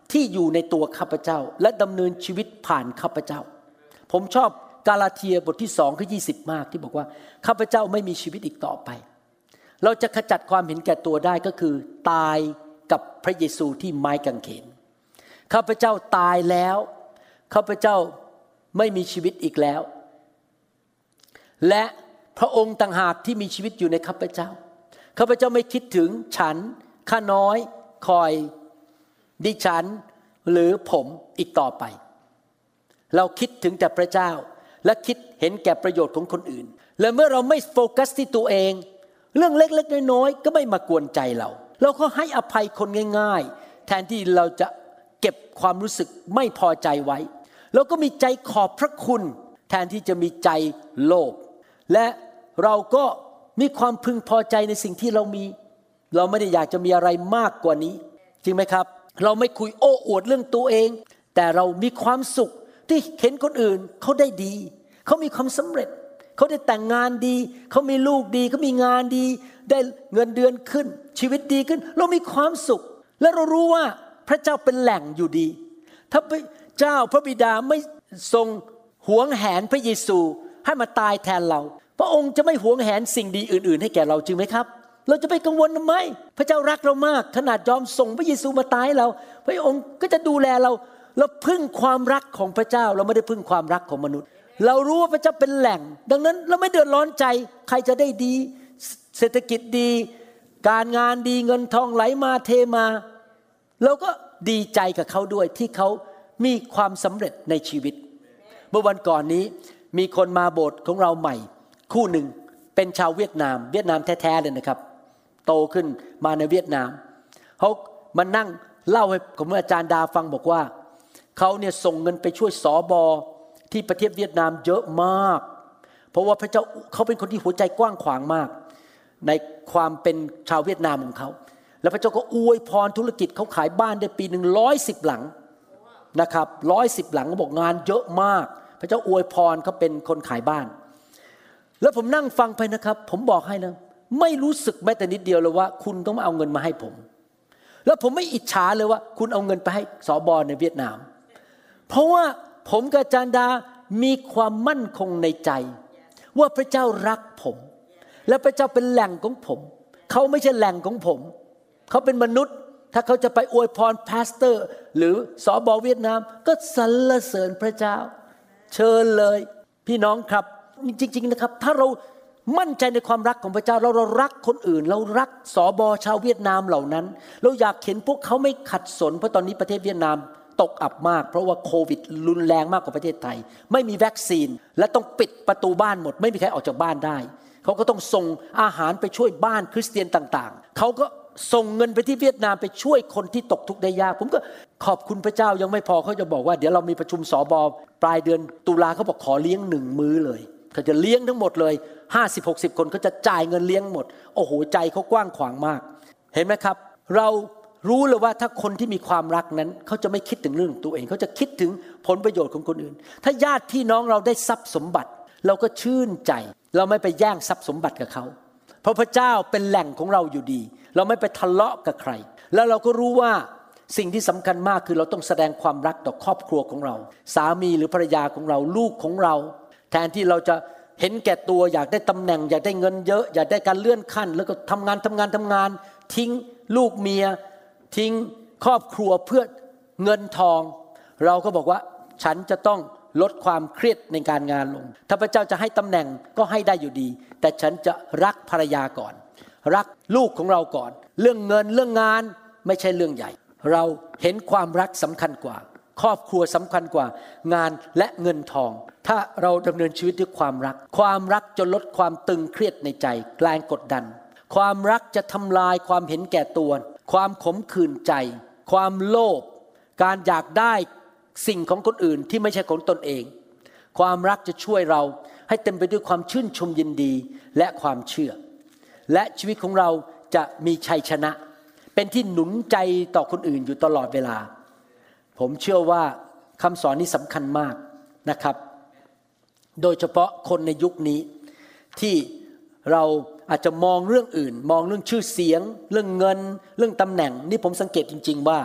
ที่อยู่ในตัวข้าพเจ้าและดำเนินชีวิตผ่านข้าพเจ้าผมชอบกาลาเทียบทที่สองข้อยี่สิบมากที่บอกว่าข้าพเจ้าไม่มีชีวิตอีกต่อไปเราจะขจัดความเห็นแก่ตัวได้ก็คือตายกับพระเยซูที่ไม้กางเขนข้าพเจ้าตายแล้วข้าพเจ้าไม่มีชีวิตอีกแล้วและพระองค์ต่างหากที่มีชีวิตอยู่ในข้าพเจ้าข้าพเจ้าไม่คิดถึงฉันข้าน้อยคอยดิฉันหรือผมอีกต่อไปเราคิดถึงแต่พระเจ้าและคิดเห็นแก่ประโยชน์ของคนอื่นและเมื่อเราไม่โฟกัสที่ตัวเองเรื่องเล็กๆน้อยๆก็ไม่มากวนใจเราเราก็ให้อภัยคนง่ายๆแทนที่เราจะเก็บความรู้สึกไม่พอใจไว้เราก็มีใจขอบพระคุณแทนที่จะมีใจโลภและเราก็มีความพึงพอใจในสิ่งที่เรามีเราไม่ได้อยากจะมีอะไรมากกว่านี้จริงไหมครับเราไม่คุยโอ้อวดเรื่องตัวเองแต่เรามีความสุขที่เห็นคนอื่นเขาได้ดีเขามีความสำเร็จเขาได้แต่งงานดีเขามีลูกดีเขามีงานดีได้เงินเดือนขึ้นชีวิตดีขึ้นเรามีความสุขและเรารู้ว่าพระเจ้าเป็นแหล่งอยู่ดีถ้าพระเจ้าพระบิดาไม่ทรงหวงแหนพระเยซูให้มาตายแทนเราพระองค์จะไม่หวงแหนสิ่งดีอื่นๆให้แก่เราจริงไหมครับเราจะไปกังวลทำไมพระเจ้ารักเรามากขนาดยอมส่งพระเยซูมาตายให้เราพระองค์ก็จะดูแลเราเราพึ่งความรักของพระเจ้าเราไม่ได้พึ่งความรักของมนุษย์เรารู้ว่าพระเจ้าเป็นแหล่งดังนั้นเราไม่เดือดร้อนใจใครจะได้ดีเศรษฐกิจดีการงานดีเงินทองไหลมาเทมาเราก็ดีใจกับเขาด้วยที่เขามีความสำเร็จในชีวิตเมื่อวันก่อนนี้มีคนมาโบสถ์ของเราใหม่คู่หนึ่งเป็นชาวเวียดนามเวียดนามแท้ๆเลยนะครับโตขึ้นมาในเวียดนามเขามานั่งเล่าให้ผมอาจารย์ดาฟังบอกว่าเขาเนี่ยส่งเงินไปช่วยสบที่ประเทศเวียดนามเยอะมากเพราะว่าพระเจ้าเขาเป็นคนที่หัวใจกว้างขวางมากในความเป็นชาวเวียดนามของเขาแล้วพระเจ้าก็อวยพรธุรกิจเขาขายบ้านได้ปีหนึ่งร้อยสิบหลังนะครับร้อยสิบหลังเขาบอกงานเยอะมากพระเจ้าอวยพรเขาเป็นคนขายบ้านแล้วผมนั่งฟังไปนะครับผมบอกให้นะไม่รู้สึกแม้แต่นิดเดียวเลยว่าคุณต้องมาเอาเงินมาให้ผมแล้วผมไม่อิจฉาเลยว่าคุณเอาเงินไปให้สบในเวียดนามเพราะว่าผมกับอาจารย์ดามีความมั่นคงในใจว่าพระเจ้ารักผมและพระเจ้าเป็นแหล่งของผมเขาไม่ใช่แหล่งของผมเขาเป็นมนุษย์ถ้าเขาจะไปอวยพรพาสเตอร์หรือสบเวียดนามก็สรรเสริญพระเจ้าเชิญเลยพี่น้องครับจริงๆนะครับถ้าเรามั่นใจในความรักของพระเจ้าเราเรารักคนอื่นเรารักสบชาวเวียดนามเหล่านั้นเราอยากเห็นพวกเขาไม่ขัดสนเพราะตอนนี้ประเทศเวียดนามตกอับมากเพราะว่าโควิดรุนแรงมากกว่าประเทศไทยไม่มีวัคซีนและต้องปิดประตูบ้านหมดไม่มีใครออกจากบ้านได้เขาก็ต้องส่งอาหารไปช่วยบ้านคริสเตียนต่างๆเขาก็ส่งเงินไปที่เวียดนามไปช่วยคนที่ตกทุกข์ได้ยากผมก็ขอบคุณพระเจ้ายังไม่พอเขาจะบอกว่าเดี๋ยวเรามีประชุมสบปลายเดือนตุลาเขาบอกขอเลี้ยงหนึ่งมื้อเลยเขาจะเลี้ยงทั้งหมดเลยห้าสิบ หกสิบคนเขาจะจ่ายเงินเลี้ยงหมดโอ้โหใจเขากว้างขวางมากเห็นไหมครับเรารู้เลยว่าถ้าคนที่มีความรักนั้นเขาจะไม่คิดถึงเรื่องตัวเองเขาจะคิดถึงผลประโยชน์ของคนอื่นถ้าญาติพี่น้องเราได้ทรัพย์สมบัติเราก็ชื่นใจเราไม่ไปแย่งทรัพย์สมบัติกับเขาเพราะพระเจ้าเป็นแหล่งของเราอยู่ดีเราไม่ไปทะเลาะกับใครแล้วเราก็รู้ว่าสิ่งที่สำคัญมากคือเราต้องแสดงความรักต่อครอบครัวของเราสามีหรือภรรยาของเราลูกของเราแทนที่เราจะเห็นแก่ตัวอยากได้ตำแหน่งอยากได้เงินเยอะอยากได้การเลื่อนขั้นแล้วก็ทำงานทำงานทำงานทิ้งลูกเมียทิ้งครอบครัวเพื่อเงินทองเราก็บอกว่าฉันจะต้องลดความเครียดในการงานลงถ้าพระเจ้าจะให้ตำแหน่งก็ให้ได้อยู่ดีแต่ฉันจะรักภรรยาก่อนรักลูกของเราก่อนเรื่องเงินเรื่องงานไม่ใช่เรื่องใหญ่เราเห็นความรักสำคัญกว่าครอบครัวสำคัญกว่างานและเงินทองถ้าเราดำเนินชีวิตด้วยความรักความรักจะลดความตึงเครียดในใจแรงกดดันความรักจะทำลายความเห็นแก่ตัวความขมขื่นใจความโลภการอยากได้สิ่งของคนอื่นที่ไม่ใช่ของตนเองความรักจะช่วยเราให้เต็มไปด้วยความชื่นชมยินดีและความเชื่อและชีวิตของเราจะมีชัยชนะเป็นที่หนุนใจต่อคนอื่นอยู่ตลอดเวลาผมเชื่อว่าคำสอนนี้สำคัญมากนะครับโดยเฉพาะคนในยุคนี้ที่เราอาจจะมองเรื่องอื่นมองเรื่องชื่อเสียงเรื่องเงินเรื่องตำแหน่งนี่ผมสังเกตจริงๆว่า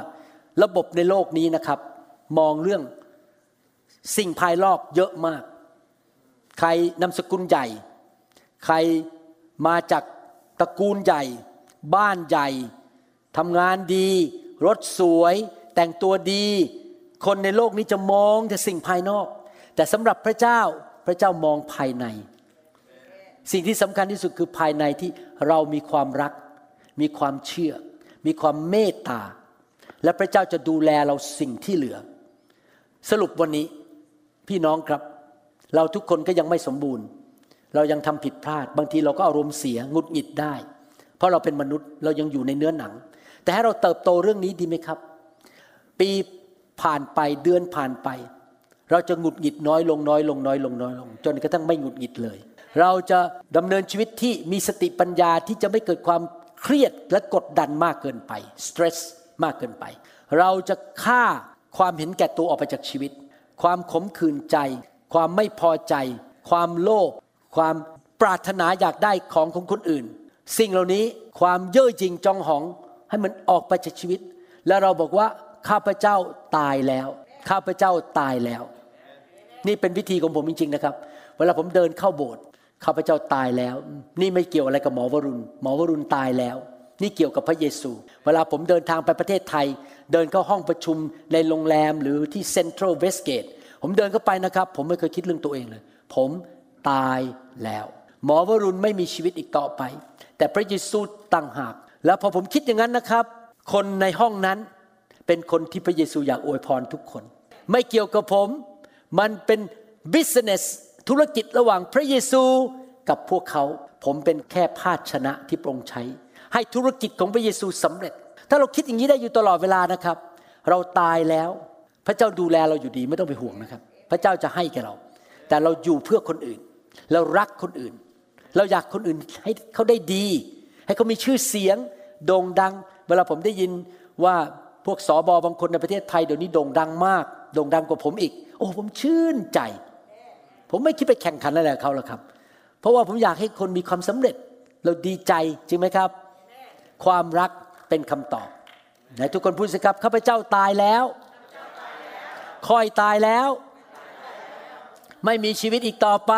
ระบบในโลกนี้นะครับมองเรื่องสิ่งภายนอกเยอะมากใครนามสกุลใหญ่ใครมาจากตระกูลใหญ่บ้านใหญ่ทำงานดีรถสวยแต่งตัวดีคนในโลกนี้จะมองแต่สิ่งภายนอกแต่สำหรับพระเจ้าพระเจ้ามองภายในสิ่งที่สำคัญที่สุดคือภายในที่เรามีความรักมีความเชื่อมีความเมตตาและพระเจ้าจะดูแลเราสิ่งที่เหลือสรุปวันนี้พี่น้องครับเราทุกคนก็ยังไม่สมบูรณ์เรายังทำผิดพลาดบางทีเราก็อารมณ์เสียหงุดหงิดได้เพราะเราเป็นมนุษย์เรายังอยู่ในเนื้อหนังแต่ให้เราเติบโตเรื่องนี้ดีไหมครับปีผ่านไปเดือนผ่านไปเราจะหงุดหงิดน้อยลงน้อยลงน้อยลงน้อยลงจนกระทั่งไม่หงุดหงิดเลยเราจะดำเนินชีวิตที่มีสติปัญญาที่จะไม่เกิดความเครียดและกดดันมากเกินไปสเตรสมากเกินไปเราจะฆ่าความเห็นแก่ตัวออกไปจากชีวิตความขมขื่นใจความไม่พอใจความโลภความปรารถนาอยากได้ของของคนอื่นสิ่งเหล่านี้ความเย่อหยิ่งจองหองให้มันออกไปจากชีวิตและเราบอกว่าข้าพเจ้าตายแล้วข้าพเจ้าตายแล้วนี่เป็นวิธีของผมจริงๆนะครับเวลาผมเดินเข้าโบสถ์ข้าพเจ้าตายแล้วนี่ไม่เกี่ยวอะไรกับหมอวรุณหมอวรุณตายแล้วนี่เกี่ยวกับพระเยซูเวลาผมเดินทางไปประเทศไทยเดินเข้าห้องประชุมในโรงแรมหรือที่เซ็นทรัลเวสเกตผมเดินเข้าไปนะครับผมไม่เคยคิดเรื่องตัวเองเลยผมตายแล้วหมอวรุณไม่มีชีวิตอีกต่อไปแต่พระเยซูต่างหากแล้วพอผมคิดอย่างนั้นนะครับคนในห้องนั้นเป็นคนที่พระเยซูอยากอวยพรทุกคนไม่เกี่ยวกับผมมันเป็น business ธุรกิจระหว่างพระเยซูกับพวกเขาผมเป็นแค่ภาชนะที่พระองค์ใช้ให้ธุรกิจของพระเยซูสำเร็จถ้าเราคิดอย่างนี้ได้อยู่ตลอดเวลานะครับเราตายแล้วพระเจ้าดูแลเราอยู่ดีไม่ต้องไปห่วงนะครับพระเจ้าจะให้แก่เราแต่เราอยู่เพื่อคนอื่นเรารักคนอื่นเราอยากคนอื่นให้เขาได้ดีให้เขามีชื่อเสียงโด่งดังเวลาผมได้ยินว่าพวกสบ บางคนในประเทศไทยเดี๋ยวนี้โด่งดังมากโด่งดังกว่าผมอีกโอ้ผมชื่นใจผมไม่คิดไปแข่งขันอะไรกับเขาหรอกครับเพราะว่าผมอยากให้คนมีความสำเร็จเราดีใจจริงไหมครับความรักเป็นคำตอบไหนทุกคนพูดสิครับข้าพเจ้าตายแล้วค่อยตายแล้วไม่มีชีวิตอีกต่อไป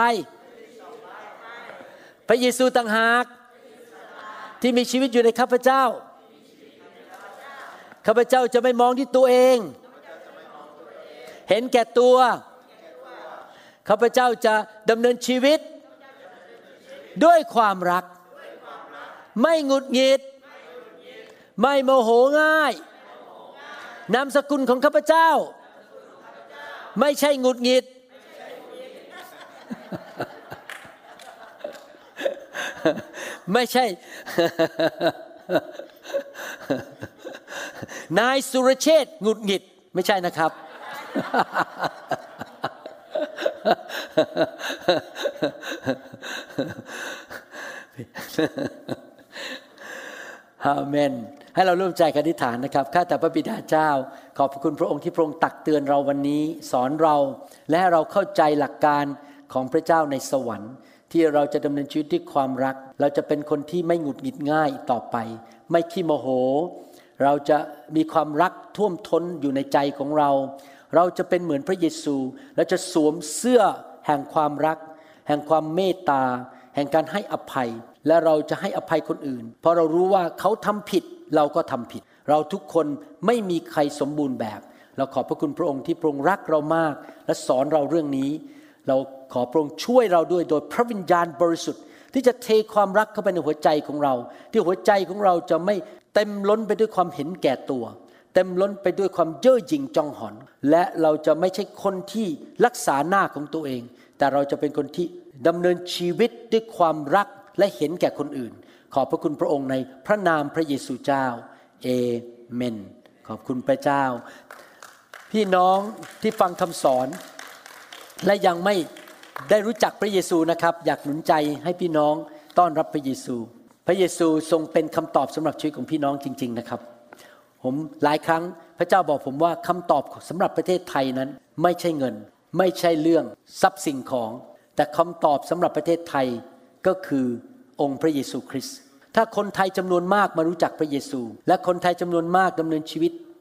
พระเยซูต่างหากที่มีชีวิตอยู่ในข้าพเจ้าข้าพเจ้าจะไม่มองที่ตัวเองเห็นแก่ตัวข้าพเจ้าจะดำเนินชีวิตด้วยความรักไม่หงุดหงิดไม่โมโหง่ายนามสกุลของข้าพเจ้าไม่ใช่หงุดหงิดไม่ใช่ นายสุรเชษฐ์หงุดหงิดไม่ใช่นะครับ อาเมนให้เราร่วมใจกันอธิษฐานนะครับข้าแต่พระบิดาเจ้าขอบพระคุณพระองค์ที่พระองค์ตักเตือนเราวันนี้สอนเราและให้เราเข้าใจหลักการของพระเจ้าในสวรรค์ที่เราจะดำเนินชีวิตด้วยความรักเราจะเป็นคนที่ไม่หงุดหงิดง่ายต่อไปไม่ขี้โมโหเราจะมีความรักท่วมท้นอยู่ในใจของเราเราจะเป็นเหมือนพระเยซูและจะสวมเสื้อแห่งความรักแห่งความเมตตาแห่งการให้อภัยและเราจะให้อภัยคนอื่นเพราะเรารู้ว่าเขาทำผิดเราก็ทำผิดเราทุกคนไม่มีใครสมบูรณ์แบบเราขอบพระคุณพระองค์ที่พระองค์รักเรามากและสอนเราเรื่องนี้เราขอพระองค์ช่วยเราด้วยโดยพระวิญญาณบริสุทธิ์ที่จะเทความรักเข้าไปในหัวใจของเราที่หัวใจของเราจะไม่เต็มล้นไปด้วยความเห็นแก่ตัวเต็มล้นไปด้วยความเย่อหยิ่งจองหองและเราจะไม่ใช่คนที่รักษาหน้าของตัวเองแต่เราจะเป็นคนที่ดำเนินชีวิตด้วยความรักและเห็นแก่คนอื่นขอบพระคุณพระองค์ในพระนามพระเยซูเจ้าเอเมนขอบคุณพระเจ้าพี่น้องที่ฟังคำสอนและยังไม่ได้รู้จักพระเยซูนะครับอยากหนุนใจให้พี่น้องต้อนรับพระเยซูพระเยซูทรงเป็นคำตอบสำหรับชีวิตของพี่น้องจริงๆนะครับผมหลายครั้งพระเจ้าบอกผมว่าคำตอบสำหรับประเทศไทยนั้นไม่ใช่เงินไม่ใช่เรื่องทรัพย์สิ่งของแต่คำตอบสำหรับประเทศไทยก็คือองค์พระเยซูคริสต์ถ้าคนไทยจำนวนมากมารู้จักพระเยซูและคนไทยจำนวนมากดำเนินชีวิต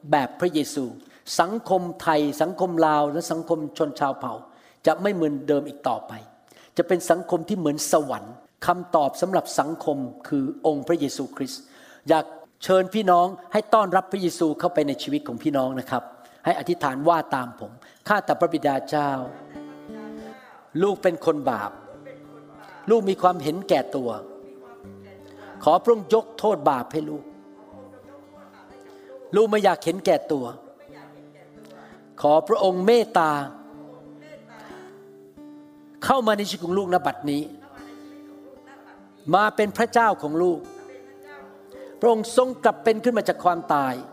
แบบพระเยซูสังคมไทยสังคมลาวและสังคมชนชาวเผ่าจะไม่เหมือนเดิมอีกต่อไปจะเป็นสังคมที่เหมือนสวรรค์คำตอบสำหรับสังคมคือองค์พระเยซูคริสต์อยากเชิญพี่น้องให้ต้อนรับพระเยซูเข้าไปในชีวิตของพี่น้องนะครับให้อธิษฐานว่าตามผมข้าแต่พระบิดาเจ้าลูกเป็นคนบาปลูกมีความเห็นแก่ตัวขอพระองค์ยกโทษบาปให้ลูกลูกไม่อยากเห็นแก่ตัวขอพระองค์เมตตาเข้ามาในชีวิตของลูกณบัดนี้มาเป็นพระเจ้าของลูกพระองค์ทรงกลับเป็นขึ้นมาจากความตาย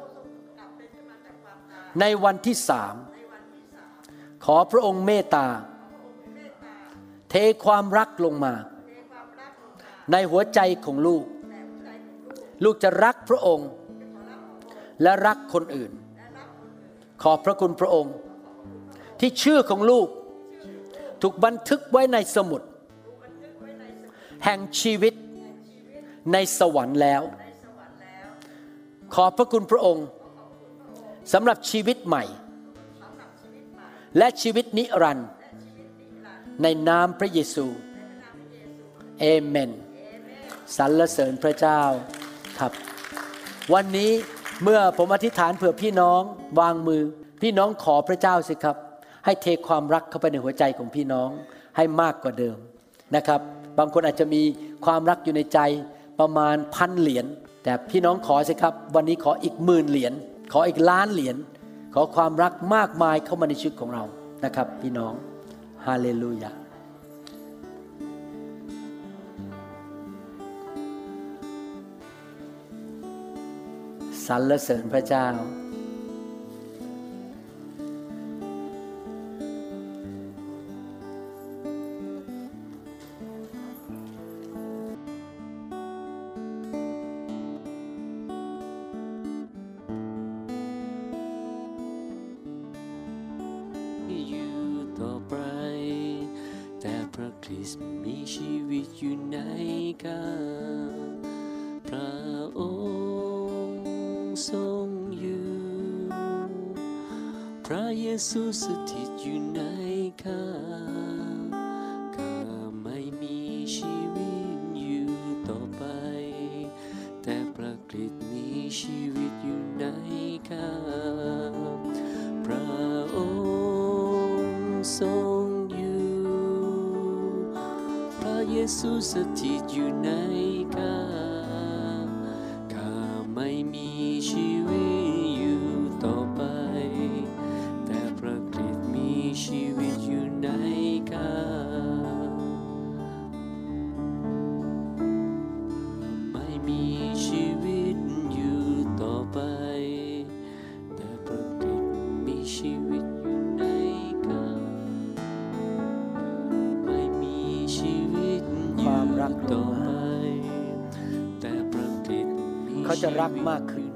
ในวันที่สามขอพระองค์เมตตาเทความรักลงมาในหัวใจของลูกลูกจะรักพระองค์และรักคนอื่นขอบพระคุณพระองค์ที่ชื่อของลูกถูกบันทึกไว้ในสมุดแห่งชีวิตในสวรรค์แล้วขอบพระคุณพระองค์สำหรับชีวิตใหม่และชีวิตนิรันดร์ในนามพระเยซูเอเมนสรรเสริญพระเจ้าครับวันนี้เมื่อผมอธิษฐานเผื่อพี่น้องวางมือพี่น้องขอพระเจ้าสิครับให้เทความรักเข้าไปในหัวใจของพี่น้องให้มากกว่าเดิมนะครับบางคนอาจจะมีความรักอยู่ในใจประมาณพันเหรียญแต่พี่น้องขอสิครับวันนี้ขออีกหมื่นเหรียญขออีกล้านเหรียญขอความรักมากมายเข้ามาในชีวิตของเรานะครับพี่น้องฮาเลลูยาสรรเสริญพระเจ้ามีชีวิตอยู่ในกายพระองค์ทรงอยู่พระเยซูสถิตอยู่ในข้าข้าไม่มีชีวิตอยู่ต่อไปแต่พระคริสต์มีชีวิตอยู่ในข้าพระองค์ทรงเยซูสถิตอยู่ในข้าข้าไม่มีชีวิตอยู่ต่อไปแต่พระคริสต์มีชีวิตอยู่ในข้าไม่มีชีวิตอยู่ต่อไปแต่พระคริสต์มีชีวิตอยู่ในข้าไม่มีชีวิตความรักต่อไปแต่ประดิษฐ์เขาจะรักมากขึ้น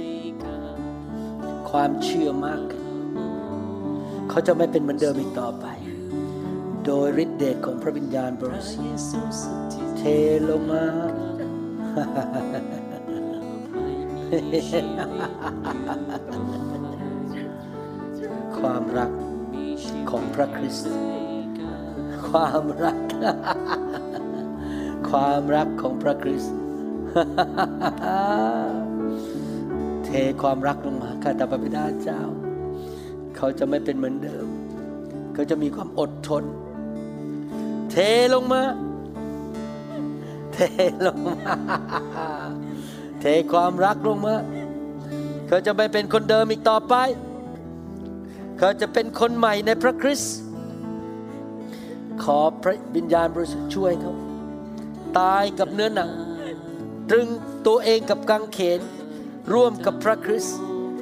ความเชื่อมากขึ้นเขาจะไม่เป็นเหมือนเดิมอีกต่อไปโดยฤทธิ์เดชของพระวิญญาณบริสุทธิ์เทลงมาความรักของพระคริสต์ความรักความรักของพระคริสต์เทความรักลงมาข้าแต่พระบิดาเจ้าเขาจะไม่เป็นเหมือนเดิมเขาจะมีความอดทนเทลงมาเทลงมาเทความรักลงมาเขาจะไม่เป็นคนเดิมอีกต่อไปเขาจะเป็นคนใหม่ในพระคริสต์ขอพระวิญญาณบริสุทธิ์ช่วยเขาตายกับเนื้อหนังตรึงตัวเองกับกางเขนร่วมกับพระคริสต์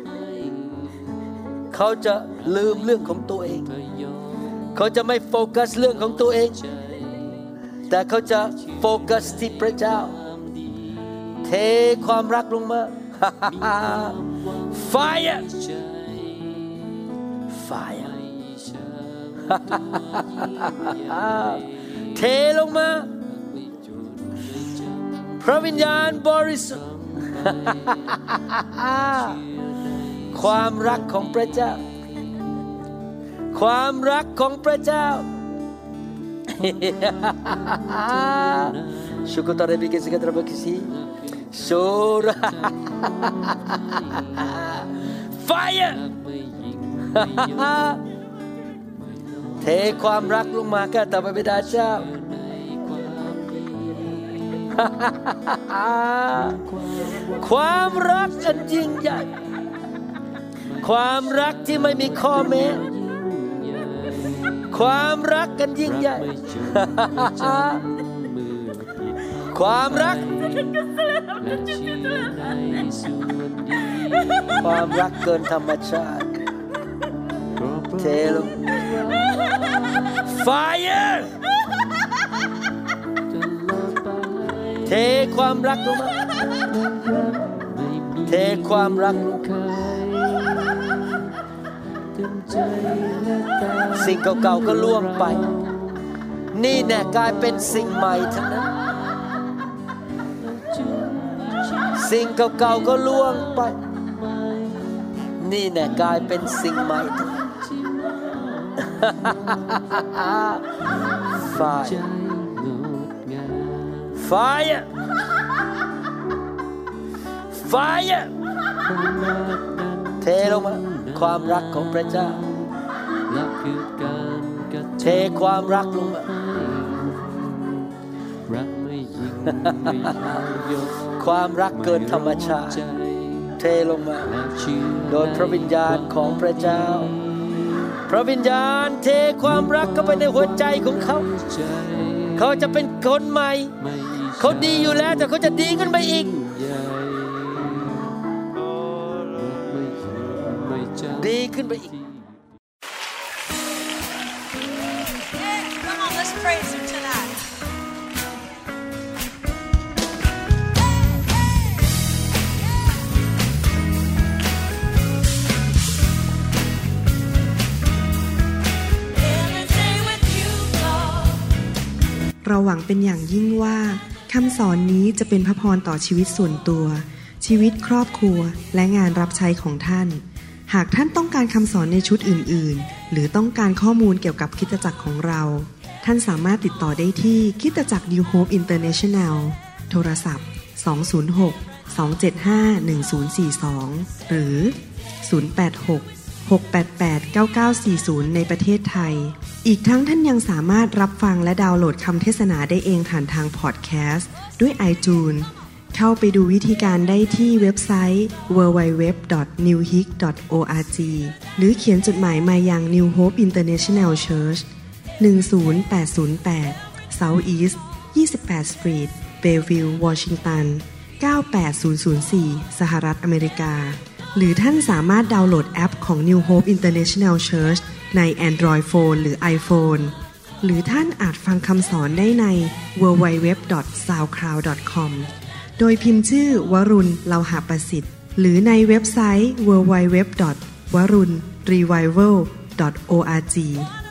เขาจะลืมเรื่องของตัวเองเขาจะไม่โฟกัสเรื่องของตัวเองแต่เขาจะโฟกัสที่พระเจ้าเทความรักลงมา Fire Fire เทลงมาพระวิญญาณบริสุทธิ์ความรักของพระเจ้าความรักของพระเจ้าชุกตาเรบิเกสิกตระบกิซีโซรา Fire เทความรักลงมาแก่ต่อพระบิดาเจ้าความรักอันยิ่งใหญ่ความรักที่ไม่มีข้อแม้ความรักกันยิ่งใหญ่ความรักความรักเกินธรรมชาติเทลง Fire เทความรักลงมาเทความรักลงสิ่งเก่าๆก็ล่วงไปนี่แน่กลายเป็นสิ่งใหม่ทั้งนั้นสิ่งเก่าๆก็ล่วงไปนี่แน่กลายเป็นสิ่งใหม่ทั้งนั้น Fire Fire Fire เทลงมาความรักของพระเจ้าเทความรักลงมาความรักเกินธรรมชาติเทลงมาโดยพระวิญญาณของพระเจ้าพระวิญญาณเทความรักเข้าไปในหัวใจของเขาเขาจะเป็นคนใหม่เขาดีอยู่แล้วแต่เขาจะดีขึ้นไปอีกดีขึ้นไปอีก Come on, let's praise Him tonight. เราหวังเป็นอย่างยิ่งว่าคำสอนนี้จะเป็นพระพรต่อชีวิตส่วนตัวชีวิตครอบครัวและงานรับใช้ของท่านหากท่านต้องการคำสอนในชุดอื่นๆหรือต้องการข้อมูลเกี่ยวกับคริสตจักรของเราท่านสามารถติดต่อได้ที่คริสตจักร New Hope International โทรศัพท์สอง ศูนย์ หก สอง เจ็ด ห้า หนึ่ง ศูนย์ สี่ สองหรือศูนย์ แปด หก หก แปด แปด เก้า เก้า สี่ ศูนย์ในประเทศไทยอีกทั้งท่านยังสามารถรับฟังและดาวน์โหลดคำเทศนาได้เองผ่านทางพอดแคสต์ด้วย iTunes เข้าไปดูวิธีการได้ที่เว็บไซต์ ดับเบิลยู ดับเบิลยู ดับเบิลยู ดอท นิว โฮป ดอท โอ อาร์ จี หรือเขียนจดหมายมายัง New Hope International Church หนึ่ง ศูนย์ แปด ศูนย์ แปด South East ยี่สิบแปด Street Bellevue Washington เก้า แปด ศูนย์ ศูนย์ สี่ สหรัฐอเมริกาหรือท่านสามารถดาวน์โหลดแอปของ New Hope International Church ใน Android Phone หรือ iPhone หรือท่านอาจฟังคำสอนได้ใน ดับเบิลยู ดับเบิลยู ดับเบิลยู ดอท ซาวด์คลาวด์ ดอท คอม โดยพิมพ์ชื่อวรุณ เลาหะประสิทธิ์หรือในเว็บไซต์ ดับเบิลยู ดับเบิลยู ดับเบิลยู ดอท วรุณ รีไววัล ดอท โอ อาร์ จี